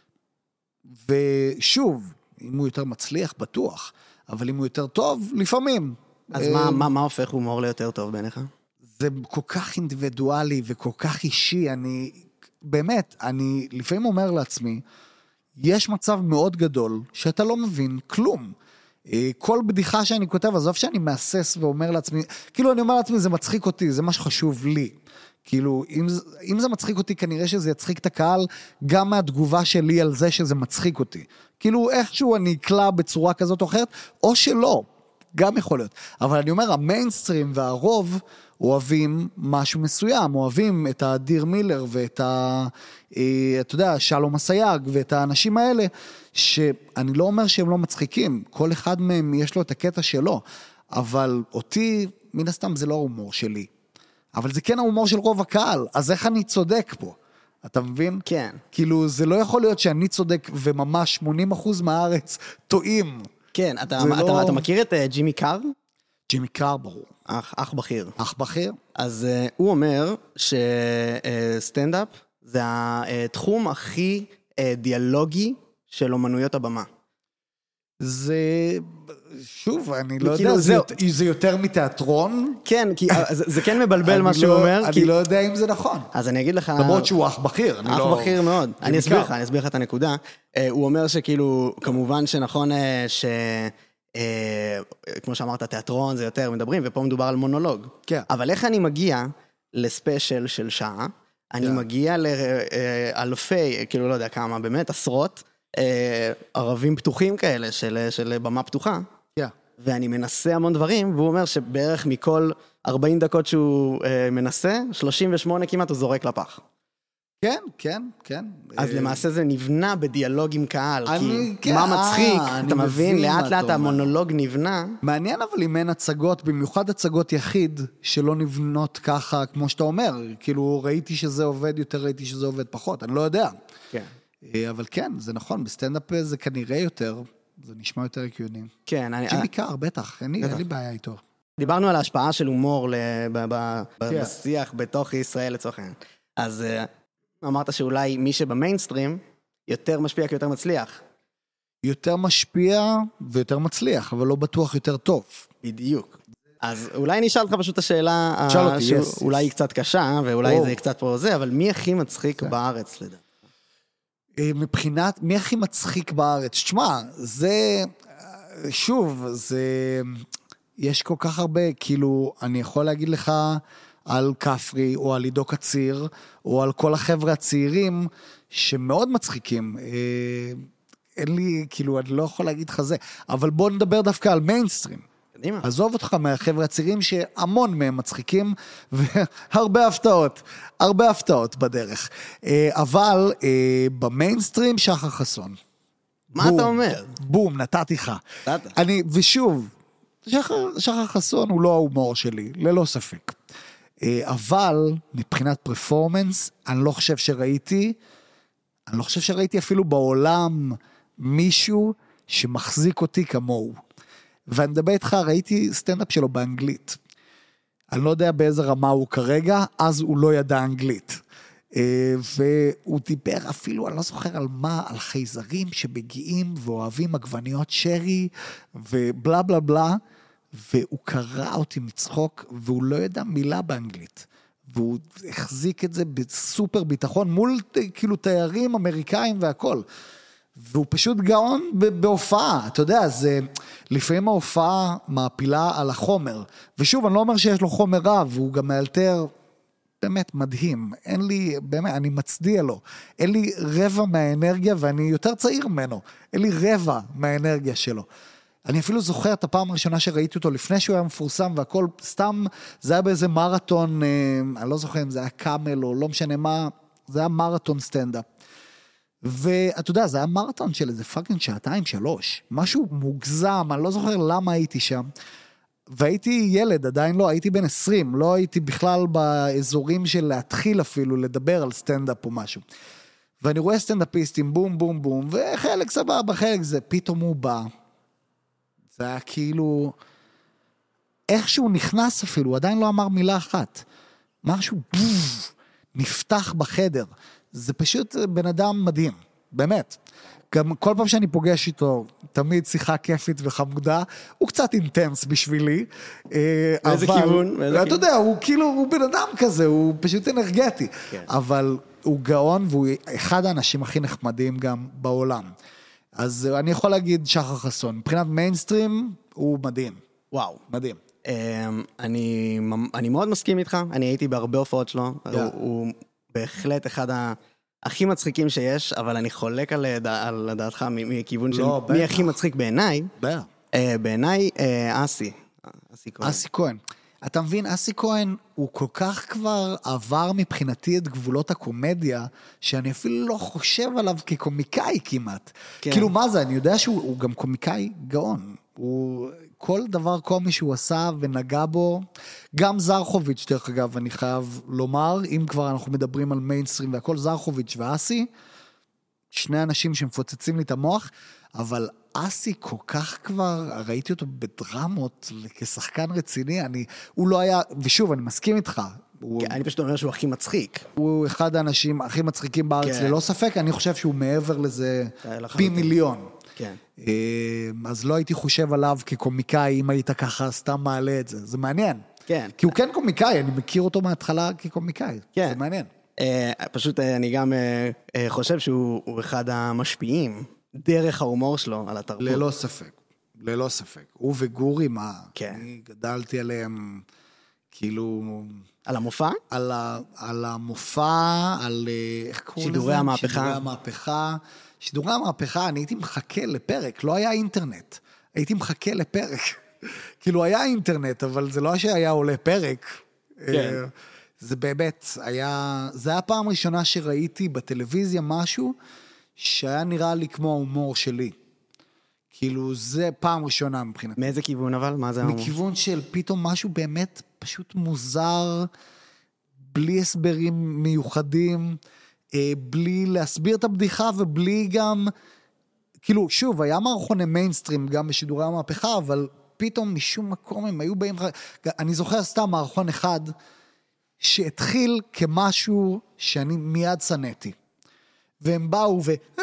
ושוב, אם הוא יותר מצליח, בטוח, אבל אם הוא יותר טוב, לפעמים. אז מה הופך הומור ליותר טוב בעיניך? זה כל כך אינדיבידואלי וכל כך אישי, אני לפעמים אומר לעצמי, יש מצב מאוד גדול שאתה לא מבין כלום. כל בדיחה שאני כותב, עזוב שאני מאסס ואומר לעצמי, כאילו אני אומר לעצמי, זה מצחיק אותי, זה מה שחשוב לי. כאילו, אם זה מצחיק אותי, כנראה שזה יצחיק את הקהל, גם מהתגובה שלי על זה שזה מצחיק אותי. כאילו, איכשהו אני אקלע בצורה כזאת או אחרת, או שלא, גם יכול להיות. אבל אני אומר, המיינסטרים והרוב אוהבים משהו מסוים, אוהבים את הדיר מילר ואת אתה יודע, שלום הסייג ואת האנשים האלה, שאני לא אומר שהם לא מצחיקים, כל אחד מהם יש לו את הקטע שלו, אבל אותי, מן הסתם זה לא ההומור שלי. אבל זה כן ההומור של רוב הקהל, אז איך אני צודק פה? אתה מבין? כן. כאילו, זה לא יכול להיות שאני צודק, וממש 80% מהארץ טועים. כן, אתה מכיר את ג'ימי קאר? ג'ימי קאר, ברור. אח בכיר. אח בכיר? אז הוא אומר שסטנדאפ זה התחום הכי דיאלוגי של אומנויות הבמה. זה, שוב, אני לא יודע, זה יותר מתיאטרון? כן, כי זה כן מבלבל מה שהוא אומר. אני לא יודע אם זה נכון. אז אני אגיד לך... למרות שהוא אח בכיר. אח בכיר מאוד. אני אסביר לך את הנקודה. הוא אומר שכאילו, כמובן שנכון כמו שאמרת, תיאטרון זה יותר מדברים, ופה מדובר על מונולוג. כן. אבל איך אני מגיע לספיישל של שעה, אני מגיע לאלפי, כאילו לא יודע כמה, באמת עשרות, ערבים פתוחים כאלה של במה פתוחה, ואני מנסה המון דברים, והוא אומר שבערך מכל 40 דקות שהוא מנסה, 38 כמעט הוא זורק לפח. כן, כן, כן. אז למעשה זה נבנה בדיאלוג עם קהל, כי מה מצחיק, אתה מבין, לאט לאט המונולוג נבנה. מעניין אבל אם אין הצגות, במיוחד הצגות יחיד, שלא נבנות ככה, כמו שאתה אומר, כאילו ראיתי שזה עובד יותר, ראיתי שזה עובד פחות, אני לא יודע. כן. אבל כן, זה נכון, בסטנדאפ זה כנראה יותר, זה נשמע יותר הגיוני. כן. ג'ימי קאר, בטח, אין לי בעיה איתו. דיברנו על ההשפעה של הומור בשיח בתוך ישראל לצורך העניין. אז אמרת שאולי מי שבמיינסטרים יותר משפיע כי יותר מצליח. יותר משפיע ויותר מצליח, אבל לא בטוח יותר טוב. בדיוק. אז אולי אני אשאל אותך פשוט השאלה, שאולי היא קצת קשה, ואולי זה קצת פה זה, אבל מי הכי מצחיק בארץ לדעת? מבחינת, מי הכי מצחיק בארץ? תשמע, זה, שוב, זה, יש כל כך הרבה, כאילו, אני יכול להגיד לך על כפרי, או על עידו קציר, או על כל החבר'ה הצעירים, שמאוד מצחיקים. אין לי, כאילו, אני לא יכול להגיד לך זה, אבל בוא נדבר דווקא על מיינסטרים. קדימה. עזוב אותך מהחבר'ה הצעירים שהמון מהם מצחיקים, והרבה הפתעות בדרך. אבל במיינסטרים שחר חסון. מה אתה אומר? בום, נתתי לך. ושוב, שחר חסון הוא לא ההומור שלי, ללא ספק. אבל מבחינת פרפורמנס, אני לא חושב שראיתי אפילו בעולם מישהו שמחזיק אותי כמוהו. ואני מדבר איתך, ראיתי סטנדאפ שלו באנגלית. אני לא יודע באיזה רמה הוא כרגע, אז הוא לא ידע אנגלית. והוא דיבר אפילו, אני לא זוכר על מה, על חייזרים שמגיעים ואוהבים עגבניות שרי, ובלה בלה בלה, והוא קרא אותי מצחוק, והוא לא ידע מילה באנגלית. והוא החזיק את זה בסופר ביטחון, מול כאילו תיירים אמריקאים והכל. והוא פשוט גאון בהופעה, אתה יודע, זה לפעמים ההופעה מעפילה על החומר, ושוב, אני לא אומר שיש לו חומר רב, והוא גם מאלתר באמת מדהים, אין לי, באמת, אני מצדיע לו, אין לי רבע מהאנרגיה, ואני יותר צעיר ממנו, אין לי רבע מהאנרגיה שלו. אני אפילו זוכר את הפעם הראשונה שראיתי אותו, לפני שהוא היה מפורסם, והכל סתם, זה היה באיזה מרתון, אני לא זוכר אם זה היה קאמל, או לא משנה מה, זה היה מרתון סטנדאפ. ואתה יודע, זה היה מרתון של איזה פאקינג 2-3, משהו מוגזם, אני לא זוכר למה הייתי שם, והייתי ילד, עדיין לא, הייתי בן 20, לא הייתי בכלל באזורים של להתחיל אפילו לדבר על סטנדאפ או משהו. ואני רואה סטנדאפיסטים, בום בום בום, וחלק סבבה, חלק זה, פתאום הוא בא, זה היה כאילו, איכשהו נכנס אפילו, הוא עדיין לא אמר מילה אחת, משהו נפתח בחדר, זה פשוט בן אדם מדהים, באמת. גם כל פעם שאני פוגש איתו, תמיד שיחה כיפית וחמודה, הוא קצת אינטנס בשבילי. באיזה כיוון? אתה יודע, הוא כאילו, הוא בן אדם כזה, הוא פשוט אנרגטי. אבל הוא גאון, והוא אחד האנשים הכי נחמדים גם בעולם. אז אני יכול להגיד שחר חסון, מבחינת מיינסטרים הוא מדהים. וואו. מדהים. אני מאוד מסכים איתך, אני הייתי בהרבה הופעות שלו, הוא בהחלט אחד הכי מצחיקים שיש, אבל אני חולק על דעתך מכיוון של מי הכי מצחיק בעיניי. בעיניי אסי. אסי כהן. אתה מבין, אסי כהן הוא כל כך כבר עבר מבחינתי את גבולות הקומדיה, שאני אפילו לא חושב עליו כקומיקאי כמעט. כאילו מה זה, אני יודע שהוא גם קומיקאי גאון. הוא כל דבר קומי שהוא עשה ונגע בו, גם זרחוביץ' דרך אגב, אני חייב לומר, אם כבר אנחנו מדברים על מיינסטרים והכל, זרחוביץ' ואסי, שני אנשים שמפוצצים לי את המוח, אבל אסי כל כך כבר, ראיתי אותו בדרמות, כשחקן רציני, הוא לא היה, ושוב, אני מסכים איתך. אני פשוט אומר שהוא הכי מצחיק. הוא אחד האנשים הכי מצחיקים בארץ, ללא ספק, אני חושב שהוא מעבר לזה פי מיליון. כן. אז לא הייתי חושב עליו כקומיקאי, אם היית ככה סתם מעלה את זה. זה מעניין. כן. כי הוא כן קומיקאי, אני מכיר אותו מההתחלה כקומיקאי. כן. זה מעניין. פשוט אני גם חושב שהוא אחד המשפיעים דרך ההומור שלו על התרבות. ללא ספק. ללא ספק. הוא וגורי, מה? כן. אני גדלתי עליהם, כאילו... על המופע? על המופע, על... איך קוראים לזה? שידורי המהפכה. שידורי המהפכה. שידורי המהפכה, אני הייתי מחכה לפרק, לא היה אינטרנט. הייתי מחכה לפרק. כאילו היה אינטרנט, אבל זה לא שהיה עולה פרק. כן. זה באמת, זה היה פעם ראשונה שראיתי בטלוויזיה משהו, שהיה נראה לי כמו ההומור שלי. כאילו, זה פעם ראשונה מבחינת. מאיזה כיוון אבל? מה זה ההומור? מכיוון של פתאום משהו באמת פשוט מוזר, בלי הסברים מיוחדים, בלי להסביר את הבדיחה, ובלי גם, כאילו, שוב, היה מערכוני מיינסטרים גם בשידורי המהפכה, אבל פתאום משום מקום הם היו באים, אני זוכר סתם מערכון אחד, שהתחיל כמשהו שאני מיד סניתי. והם באו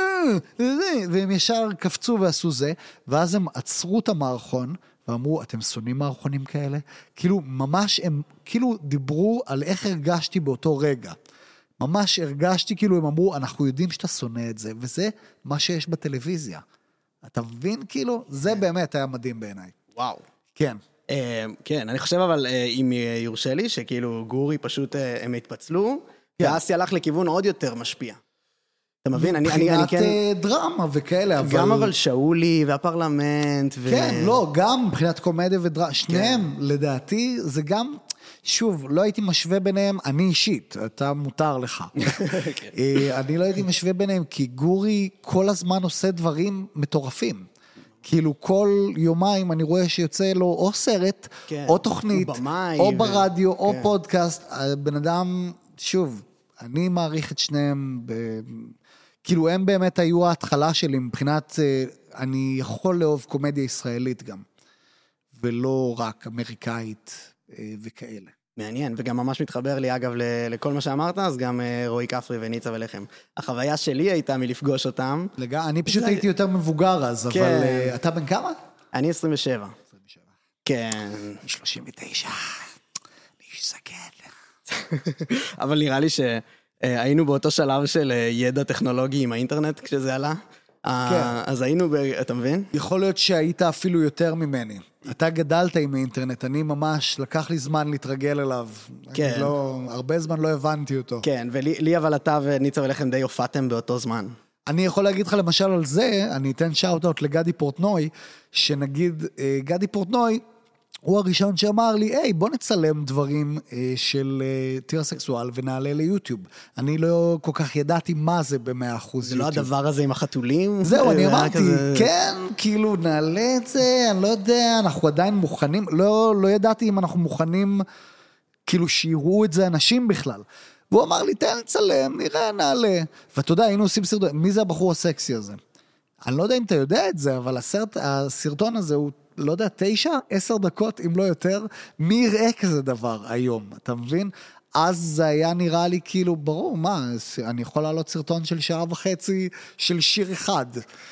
והם ישר קפצו ועשו זה, ואז הם עצרו את המערכון, ואמרו, אתם שונאים מערכונים כאלה? כאילו, ממש הם, כאילו דיברו על איך הרגשתי באותו רגע. ממש הרגשתי, כאילו הם אמרו, אנחנו יודעים שאתה שונא את זה, וזה מה שיש בטלוויזיה. אתה מבין, כאילו? זה באמת היה מדהים בעיניי. וואו. כן. כן, אני חושב אבל, אם יורשה לי, שכאילו גורי פשוט, הם התפצלו, ואסי הלך לכיוון עוד יותר משפיע. אתה מבין? אני מבחינת דרמה וכאלה, אבל... גם אבל שאולי והפרלמנט כן, לא, גם מבחינת קומדיה ודרמה, שניהם, לדעתי, זה גם... שוב, לא הייתי משווה ביניהם, אני אישית, אתה מותר לך. אני לא הייתי משווה ביניהם, כי גורי כל הזמן עושה דברים מטורפים. כאילו כל יומיים אני רואה שיוצא לו או סרט, או תוכנית, או ברדיו, או פודקאסט. הבן אדם, שוב, אני מעריך את שניהם, כאילו הם באמת היו ההתחלה שלי, מבחינת, אני יכול לאהוב קומדיה ישראלית גם, ולא רק אמריקאית וכאלה. מעניין, וגם ממש מתחבר לי, אגב, לכל מה שאמרת, אז גם רועי כפרי וניצה ולחם. החוויה שלי הייתה מלפגוש אותם. אני פשוט הייתי יותר מבוגר אז, אבל אתה בן כמה? אני 27. 27. כן. 39. אני זקן. אבל נראה לי שהיינו באותו שלב של ידע טכנולוגי עם האינטרנט כשזה עלה. אז היינו, אתה מבין? יכול להיות שהיית אפילו יותר ממני. אתה גדלת עם האינטרנט, אני ממש, לקח לי זמן להתרגל אליו. כן. הרבה זמן לא הבנתי אותו. כן, ולי אבל אתה וניצה ולחם די הופעתם באותו זמן. אני יכול להגיד לך למשל על זה, אני אתן שאוט-אוט לגדי פורטנוי, שנגיד, גדי פורטנוי, הוא הראשון שאמר לי, היי, בוא נצלם דברים של טרנסקסואל ונעלה ליוטיוב. אני לא כל כך ידעתי מה זה ב100% יוטיוב. זה לא הדבר הזה עם החתולים? זהו, אני אמרתי, כן, כאילו נעלה את זה, אני לא יודע, אנחנו עדיין מוכנים, לא ידעתי אם אנחנו מוכנים, כאילו שיראו את זה אנשים בכלל. והוא אמר לי, תן לצלם, נראה, נעלה. ואתה יודע, היינו עושים סרטון, מי זה הבחור הסקסי הזה? אני לא יודע אם אתה יודע את זה, אבל הסרטון הזה הוא, לא יודע, 9-10 דקות, אם לא יותר, מי יראה כזה דבר היום, אתה מבין? אז זה היה נראה לי כאילו, ברור, מה, אני יכול לעלות סרטון של 1.5 שעות של שיר אחד.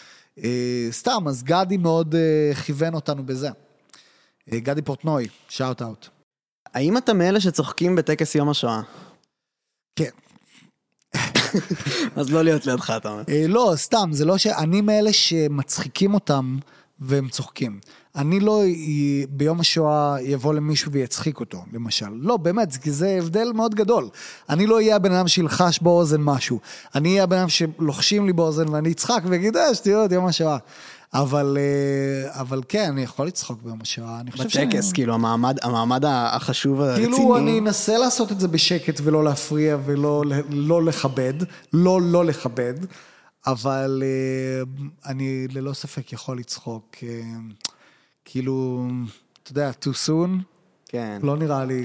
סתם, אז גדי מאוד כיוון אותנו בזה. גדי פורטנוי, שאוט אאוט. האם אתה מאלה שצוחקים בטקס יום השואה? כן. אז לא להיות לידך, אתה אומר. לא, סתם, זה לא אני מאלה שמצחיקים אותם והם צוחקים. אני לא ביום השואה יבוא למישהו ויצחיק אותו, למשל. לא, באמת, כי זה הבדל מאוד גדול. אני לא אהיה הבן אדם שילחש באוזן משהו. אני אהיה הבן אדם שלוחשים לי באוזן ואני אצחק ויגיד, שטויות, יום השואה. אבל כן, אני יכול לצחוק ביום השואה. בטקס, כאילו, המעמד החשוב הרציני. כאילו, אני אנסה לעשות את זה בשקט ולא להפריע ולא לכבד. לא לכבד. אבל אני ללא ספק יכול לצחוק. כאילו, אתה יודע, too soon? כן. לא נראה לי.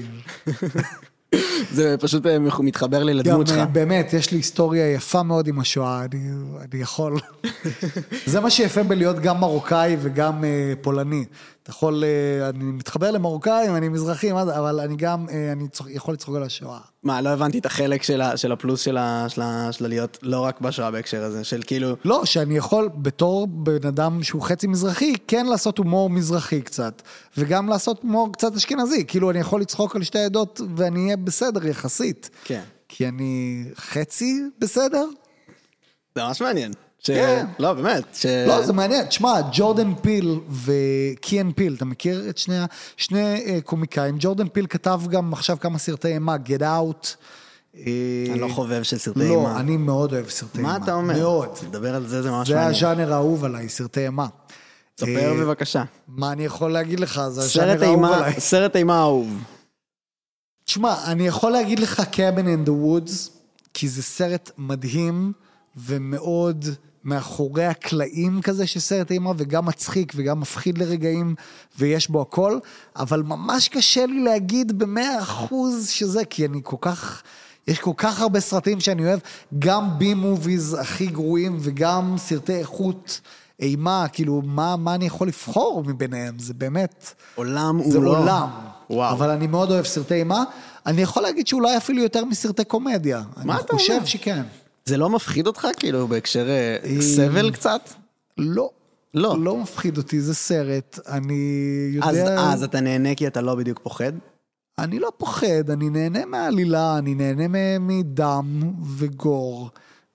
זה פשוט מתחבר לי לדמות שלך. באמת, יש לי היסטוריה יפה מאוד עם השואה, אני יכול. זה מה שיפה בלהיות גם מרוקאי וגם פולני. אתה יכול, אני מתחבר למרוקאים, אני מזרחי, אבל אני גם, אני יכול לצחוק על השואה. מה, לא הבנתי את החלק של הפלוס של להיות לא רק בשואה בהקשר הזה, של כאילו... לא, שאני יכול בתור בן אדם שהוא חצי מזרחי, כן לעשות הומור מזרחי קצת, וגם לעשות הומור קצת אשכנזי, כאילו אני יכול לצחוק על שתי עדות ואני אהיה בסדר יחסית. כן. כי אני חצי בסדר. זה ממש מעניין. כן. לא, באמת. לא, זה מעניין. תשמע, ג'ורדן פיל וקיאן פיל, אתה מכיר את שני קומיקאים? ג'ורדן פיל כתב גם עכשיו כמה סרטי אימה, Get Out. אני לא חובב של סרטי אימה. לא, אני מאוד אוהב סרטי אימה. מה אתה אומר? מאוד. לדבר על זה, זה ממש זה מעניין. הז'אנר האהוב עליי, סרטי אימה. ספר בבקשה. מה אני יכול להגיד לך? זה הז'אנר האהוב עליי. סרט אימה אהוב. תשמע, אני יכול להגיד לך Cabin in the Woods, כי זה סרט מדהים ומאוד מאחורי הקלעים כזה של סרט אימה, וגם מצחיק וגם מפחיד לרגעים, ויש בו הכל, אבל ממש קשה לי להגיד ב100% שזה, כי אני כל כך, יש כל כך הרבה סרטים שאני אוהב, גם בי-מוביז הכי גרועים, וגם סרטי איכות אימה, כאילו, מה אני יכול לבחור מביניהם? זה באמת... עולם הוא לא... זה עולם. וואו. אבל אני מאוד אוהב סרטי אימה. אני יכול להגיד שאולי אפילו יותר מסרטי קומדיה. מה אתה אומר? אני חושב שכן. זה לא מפחיד אותך, כאילו, בהקשר סבל קצת? לא. לא. לא מפחיד אותי, זה סרט. אני יודע... אז אתה נהנה כי אתה לא בדיוק פוחד? אני לא פוחד, אני נהנה מהעלילה, אני נהנה מדם וגור,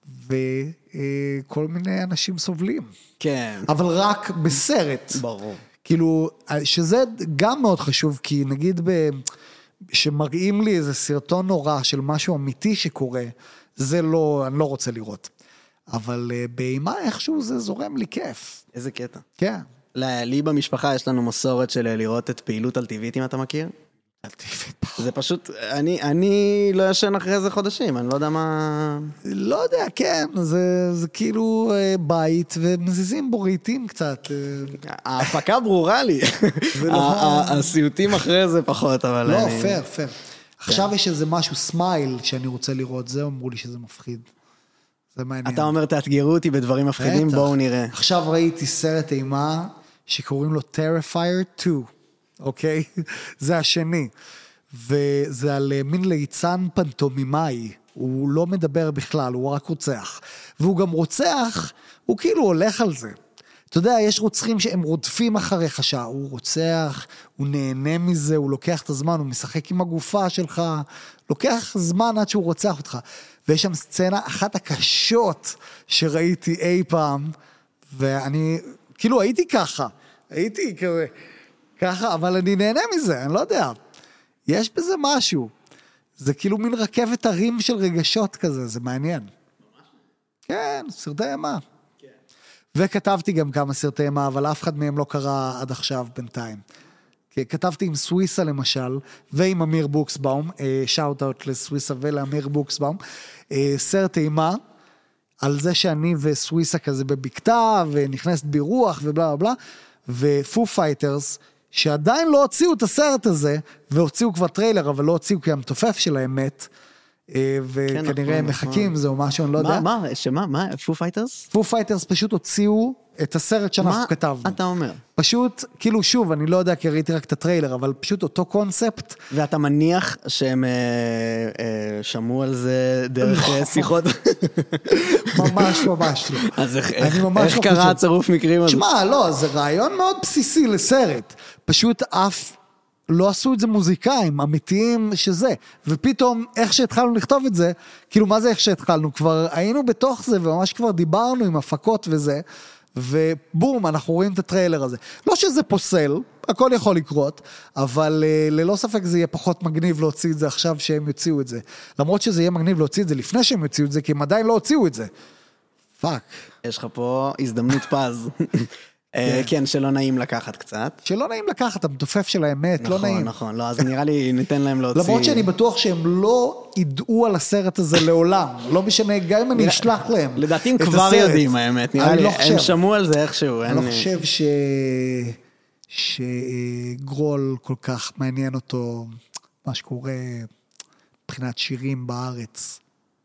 וכל מיני אנשים סובלים. כן. אבל רק בסרט. ברור. כאילו, שזה גם מאוד חשוב, כי נגיד שמראים לי איזה סרטון נורא של משהו אמיתי שקורה, זה לא, אני לא רוצה לראות. אבל באימה איכשהו זה זורם לי כיף. איזה קטע. כן. לי במשפחה יש לנו מסורת של לראות את פעילות על טבעית, אם אתה מכיר. על טבעית. זה פשוט, אני לא ישן אחרי איזה חודשים, אני לא יודע מה... לא יודע, כן, זה כאילו בית, ומזיזים בו רהיטים קצת. ההפקה ברורה לי. הסיוטים אחרי זה פחות, אבל... לא, פייר. עכשיו יש איזה משהו, סמייל, שאני רוצה לראות, זה אמרו לי שזה מפחיד. זה מעניין. אתה אומר, תאתגרו אותי בדברים מפחידים, בואו נראה. עכשיו ראיתי סרט אימה, שקוראים לו Terrifier 2, אוקיי? זה השני. וזה על מין ליצן פנטומימאי. הוא לא מדבר בכלל, הוא רק רוצח. והוא גם רוצח, הוא כאילו הולך על זה. אתה יודע, יש רוצחים שהם רודפים אחריך שעה, הוא רוצח, הוא נהנה מזה, הוא לוקח את הזמן, הוא משחק עם הגופה שלך, לוקח זמן עד שהוא רוצח אותך. ויש שם סצנה, אחת הקשות שראיתי אי פעם, ואני, כאילו הייתי ככה, הייתי ככה, אבל אני נהנה מזה, אני לא יודע. יש בזה משהו. זה כאילו מין רכבת הרים של רגשות כזה, זה מעניין. כן, סרטי אימה. וכתבתי גם כמה סרטי אימה, אבל אף אחד מהם לא קרה עד עכשיו בינתיים. כתבתי עם סוויסה למשל, ועם אמיר בוקסבאום, שאוט-אוט לסוויסה ולאמיר בוקסבאום, סרט אימה, על זה שאני וסוויסה כזה בבקתה, ונכנסת ברוח ובלה בלה, ופו פייטרס, שעדיין לא הוציאו את הסרט הזה, והוציאו כבר טריילר, אבל לא הוציאו כי המתופף שלהם מת, וכנראה הם מחכים, זהו משהו, אני לא יודע. מה? פו פייטרס? פו פייטרס פשוט הוציאו את הסרט שאנחנו כתבנו. מה אתה אומר? פשוט, כאילו שוב, אני לא יודע כי ראיתי רק את הטריילר, אבל פשוט אותו קונספט. ואתה מניח שהם שמעו על זה דרך שיחות? ממש לא. אז איך קרה הצירוף מקרים הזה? תשמע, לא, זה רעיון מאוד בסיסי לסרט. פשוט אף לא עשו את זה מוזיקאים, אמיתיים שזה, ופתאום איך שהתחלנו לכתוב את זה, כאילו מה זה איך שהתחלנו? כבר היינו בתוך זה, וממש כבר דיברנו עם הפקות וזה, ובום, אנחנו רואים את הטריילר הזה. לא שזה פוסל, הכל יכול לקרות, אבל ללא ספק זה יהיה פחות מגניב להוציא את זה עכשיו שהם יוציאו את זה. למרות שזה יהיה מגניב להוציא את זה לפני שהם יוציאו את זה, כי הם עדיין לא הוציאו את זה. פאק. יש לך פה הזדמנות פז. כן, שלא נעים לקחת קצת. שלא נעים לקחת, המתופף של האמת, לא נעים. נכון, נכון, לא, אז נראה לי ניתן להם להוציא. למרות שאני בטוח שהם לא ידעו על הסרט הזה לעולם, לא משנה, גם אם אני אשלח להם. לדעתי הם כבר יודעים, האמת, נראה לי, הם שמעו על זה איכשהו. אני לא חושב שגרול כל כך מעניין אותו, מה שקורה מבחינת שירים בארץ.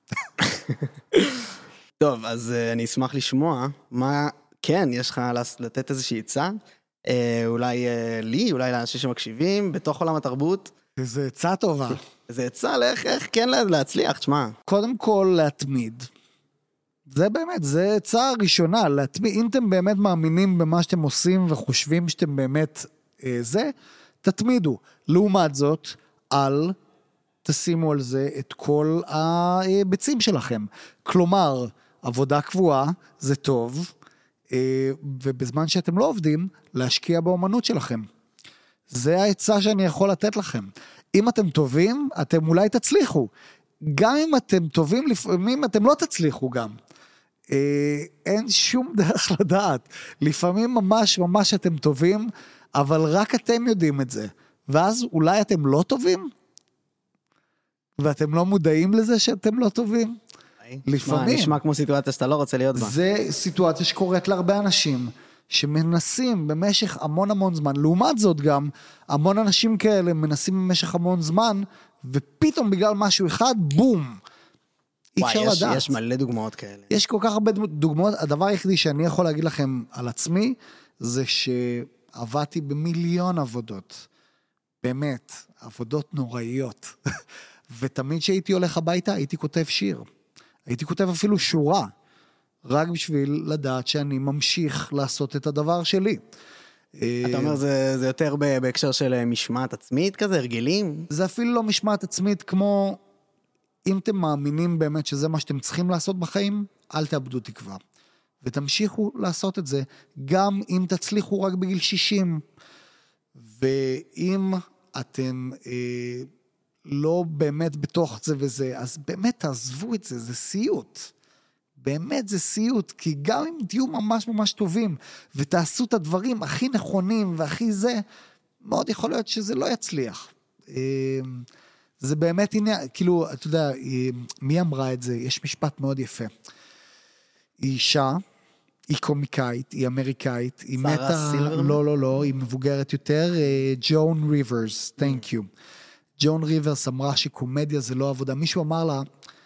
טוב, אז אני אשמח לשמוע מה... כן, יש לך לתת איזושהי עצה, אולי לי, אולי לאנשים שמקשיבים, בתוך עולם התרבות. זה עצה טובה. זה עצה איך כן להצליח, תשמע. קודם כל להתמיד. זה באמת, זה עצה ראשונה, להתמיד. אם אתם באמת מאמינים במה שאתם עושים וחושבים שאתם באמת תתמידו. לעומת זאת, תשימו על זה את כל הביצים שלכם. כלומר, עבודה קבועה זה טוב, ובזמן שאתם לא עובדים, להשקיע באומנות שלכם. זה העצה שאני יכול לתת לכם. אם אתם טובים, אתם אולי תצליחו. גם אם אתם טובים, לפעמים אתם לא תצליחו גם. אין שום דרך לדעת. לפעמים ממש ממש אתם טובים, אבל רק אתם יודעים את זה. ואז אולי אתם לא טובים, ואתם לא מודעים לזה שאתם לא טובים. לפעמים. נשמע כמו סיטואציה שאתה לא רוצה להיות בה. זה סיטואציה שקורית להרבה אנשים, שמנסים במשך המון זמן, לעומת זאת גם, המון אנשים כאלה מנסים במשך המון זמן, ופתאום בגלל משהו אחד, בום. אי אפשר לדעת. יש מלא דוגמאות כאלה. יש כל כך הרבה דוגמאות. הדבר היחידי שאני יכול להגיד לכם על עצמי, זה שעבדתי במיליון עבודות. באמת, עבודות נוראיות. ותמיד שהייתי הולך הביתה, הייתי כותב שיר. הייתי כותב אפילו שורה, רק בשביל לדעת שאני ממשיך לעשות את הדבר שלי. אתה אומר, זה יותר בהקשר של משמעת עצמית כזה, הרגלים? זה אפילו לא משמעת עצמית כמו, אם אתם מאמינים באמת שזה מה שאתם צריכים לעשות בחיים, אל תאבדו תקווה. ותמשיכו לעשות את זה, גם אם תצליחו רק בגיל 60. ואם אתם... לא באמת בתוך זה וזה, אז באמת תעזבו את זה, זה סיוט. באמת זה סיוט, כי גם אם תהיו ממש ממש טובים, ותעשו את הדברים הכי נכונים והכי זה, מאוד יכול להיות שזה לא יצליח. זה באמת עניין, כאילו, אתה יודע, מי אמרה את זה? יש משפט מאוד יפה. היא אישה, היא קומיקאית, היא אמריקאית, היא מתה, לא, היא מבוגרת יותר, ג'ון ריברס, thank you. ג'ון ריברס אמרה שקומדיה זה לא עבודה. מישהו אמר לה,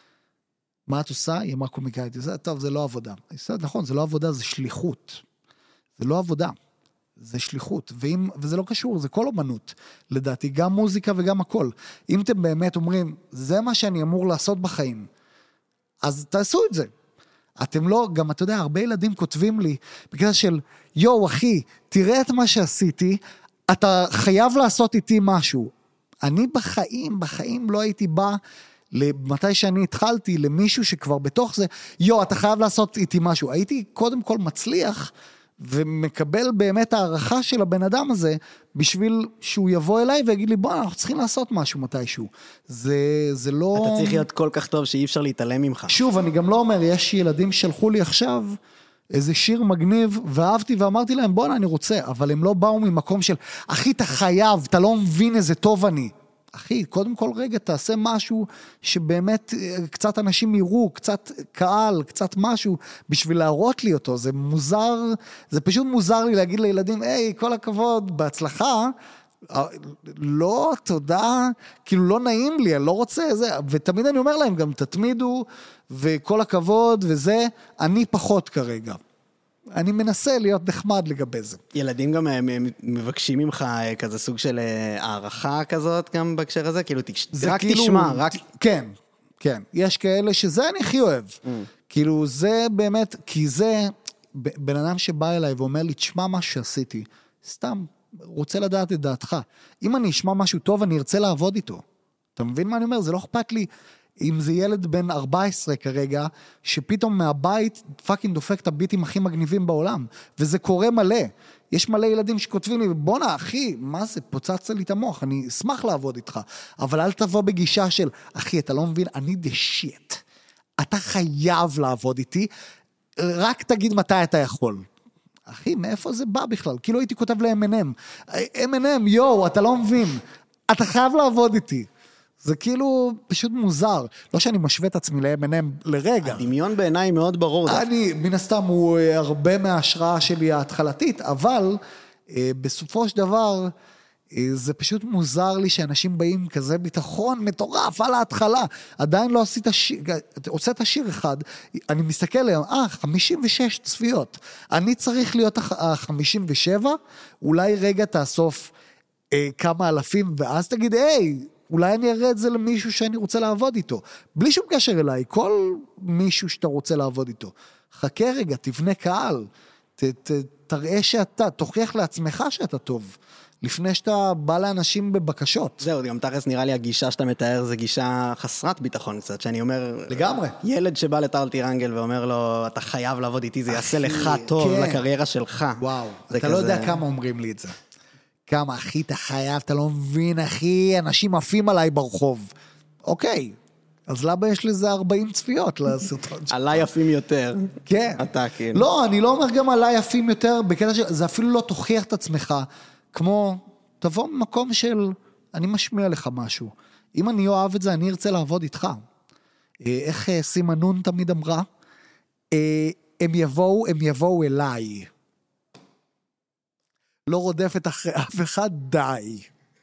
מה את עושה? היא אמרה קומיקאית. היא אמרה, טוב, זה לא עבודה. היא אמרה, נכון, זה לא עבודה, זה שליחות. זה לא עבודה, זה שליחות. וזה לא קשור, זה כל אומנות. לדעתי, גם מוזיקה וגם הכל. אם אתם באמת אומרים, זה מה שאני אמור לעשות בחיים, אז תעשו את זה. אתם לא, גם אתה יודע, הרבה ילדים כותבים לי, בגלל של, יו, אחי, תראה את מה שעשיתי, אתה חייב לעשות איתי משהו. אני בחיים לא הייתי בא, מתי שאני התחלתי, למישהו שכבר בתוך זה, אתה חייב לעשות איתי משהו. הייתי קודם כל מצליח, ומקבל באמת הערכה של הבן אדם הזה, בשביל שהוא יבוא אליי ויגיד לי, אנחנו צריכים לעשות משהו מתישהו. זה לא... אתה צריך להיות כל כך טוב שאי אפשר להתעלם ממך. שוב, אני גם לא אומר, יש ילדים שלחו לי עכשיו, איזה שיר מגניב, ואהבתי ואמרתי להם, אני רוצה, אבל הם לא באו ממקום של, אחי, אתה חייב, אתה לא מבין איזה טוב אני. אחי, קודם כל רגע, תעשה משהו שבאמת קצת אנשים יראו, קצת קהל, קצת משהו, בשביל להראות לי אותו. זה מוזר, זה פשוט מוזר לי להגיד לילדים, כל הכבוד, בהצלחה, לא, תודה, כאילו לא נעים לי, אני לא רוצה, זה, ותמיד אני אומר להם, גם תתמידו, וכל הכבוד, וזה, אני פחות כרגע. אני מנסה להיות נחמד לגבי זה. ילדים גם מבקשים ממך כזה סוג של הערכה כזאת גם בהקשר הזה, כאילו רק תשמע, רק... כן, כן. יש כאלה שזה אני הכי אוהב. כאילו זה באמת, כי זה בן אדם שבא אליי ואומר לי, תשמע מה שעשיתי, סתם רוצה לדעת את דעתך. אם אני אשמע משהו טוב, אני ארצה לעבוד איתו. אתה מבין מה אני אומר? זה לא אכפת לי אם זה ילד בן 14 כרגע, שפתאום מהבית פאקינג דופק את הביטים הכי מגניבים בעולם. וזה קורה מלא. יש מלא ילדים שכותבים לי, בונה אחי, מה זה? פוצצת לי את המוח, אני אשמח לעבוד איתך. אבל אל תבוא בגישה של, אחי, אתה לא מבין, אני the shit. אתה חייב לעבוד איתי, רק תגיד מתי אתה יכול. אחי, מאיפה זה בא בכלל? כאילו הייתי כותב ל-M&M. M&M, יו, אתה לא מבין. אתה חייב לעבוד איתי. זה כאילו פשוט מוזר. לא שאני משווה את עצמי ל-M&M לרגע. הדמיון בעיניי מאוד ברור. אני, מן הסתם, הוא הרבה מההשראה שלי ההתחלתית, אבל בסופו של דבר, זה פשוט מוזר לי שאנשים באים כזה ביטחון מטורף על ההתחלה. עדיין לא עשית שיר, הוצאת שיר אחד, אני מסתכל עליהם, 56 צפיות. אני צריך להיות ה-57, אולי רגע תאסוף כמה אלפים, ואז תגיד, היי, אולי אני אראה את זה למישהו שאני רוצה לעבוד איתו. בלי שום קשר אליי, כל מישהו שאתה רוצה לעבוד איתו. חכה רגע, תבנה קהל, תראה שאתה, תוכיח לעצמך שאתה טוב. לפני שאתה בא לאנשים בבקשות. זהו, גם תכף נראה לי הגישה שאתה מתאר, זה גישה חסרת ביטחון קצת, שאני אומר... לגמרי. ילד שבא לטל טירנגל ואומר לו, אתה חייב לעבוד איתי, זה יעשה לך טוב, כן. לקריירה שלך. וואו, אתה כזה... לא יודע כמה אומרים לי את זה. כמה, אחי, אתה חייב, אתה לא מבין, אחי, אנשים עפים עליי ברחוב. אוקיי, אז למה יש לזה 40 צפיות לסרטון שלך? עליי יפים יותר. כן. אתה כאילו. לא, אני לא אומר גם עליי יפים יותר, בקטע זה אפילו לא תוכיח את עצמך, כמו, תבוא ממקום של, אני משמיע לך משהו. אם אני אוהב את זה, אני ארצה לעבוד איתך. איך סימה נון תמיד אמרה? הם יבואו אליי. לא רודפת אחרי אף אחד, די.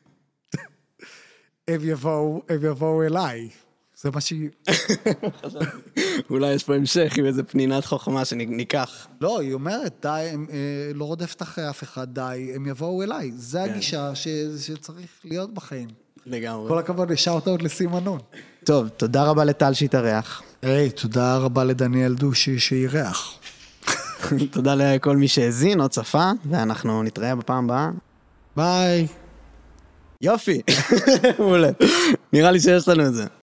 הם יבואו אליי. זה מה שהיא... אולי יש פה המשך עם איזה פנינת חוכמה שניקח. לא, היא אומרת, די, לא רודפת אחרי אף אחד, די, הם יבואו אליי. זה הגישה שצריך להיות בחיים. לגמרי. כל הכבוד, לשאוט-אוט לסימה נון. טוב, תודה רבה לטל שהתארח. היי, תודה רבה לדניאל דושי שירח. תודה לכל מי שהזין או צפה, ואנחנו נתראה בפעם הבאה. ביי. יופי. מעולה. נראה לי שיש לנו את זה.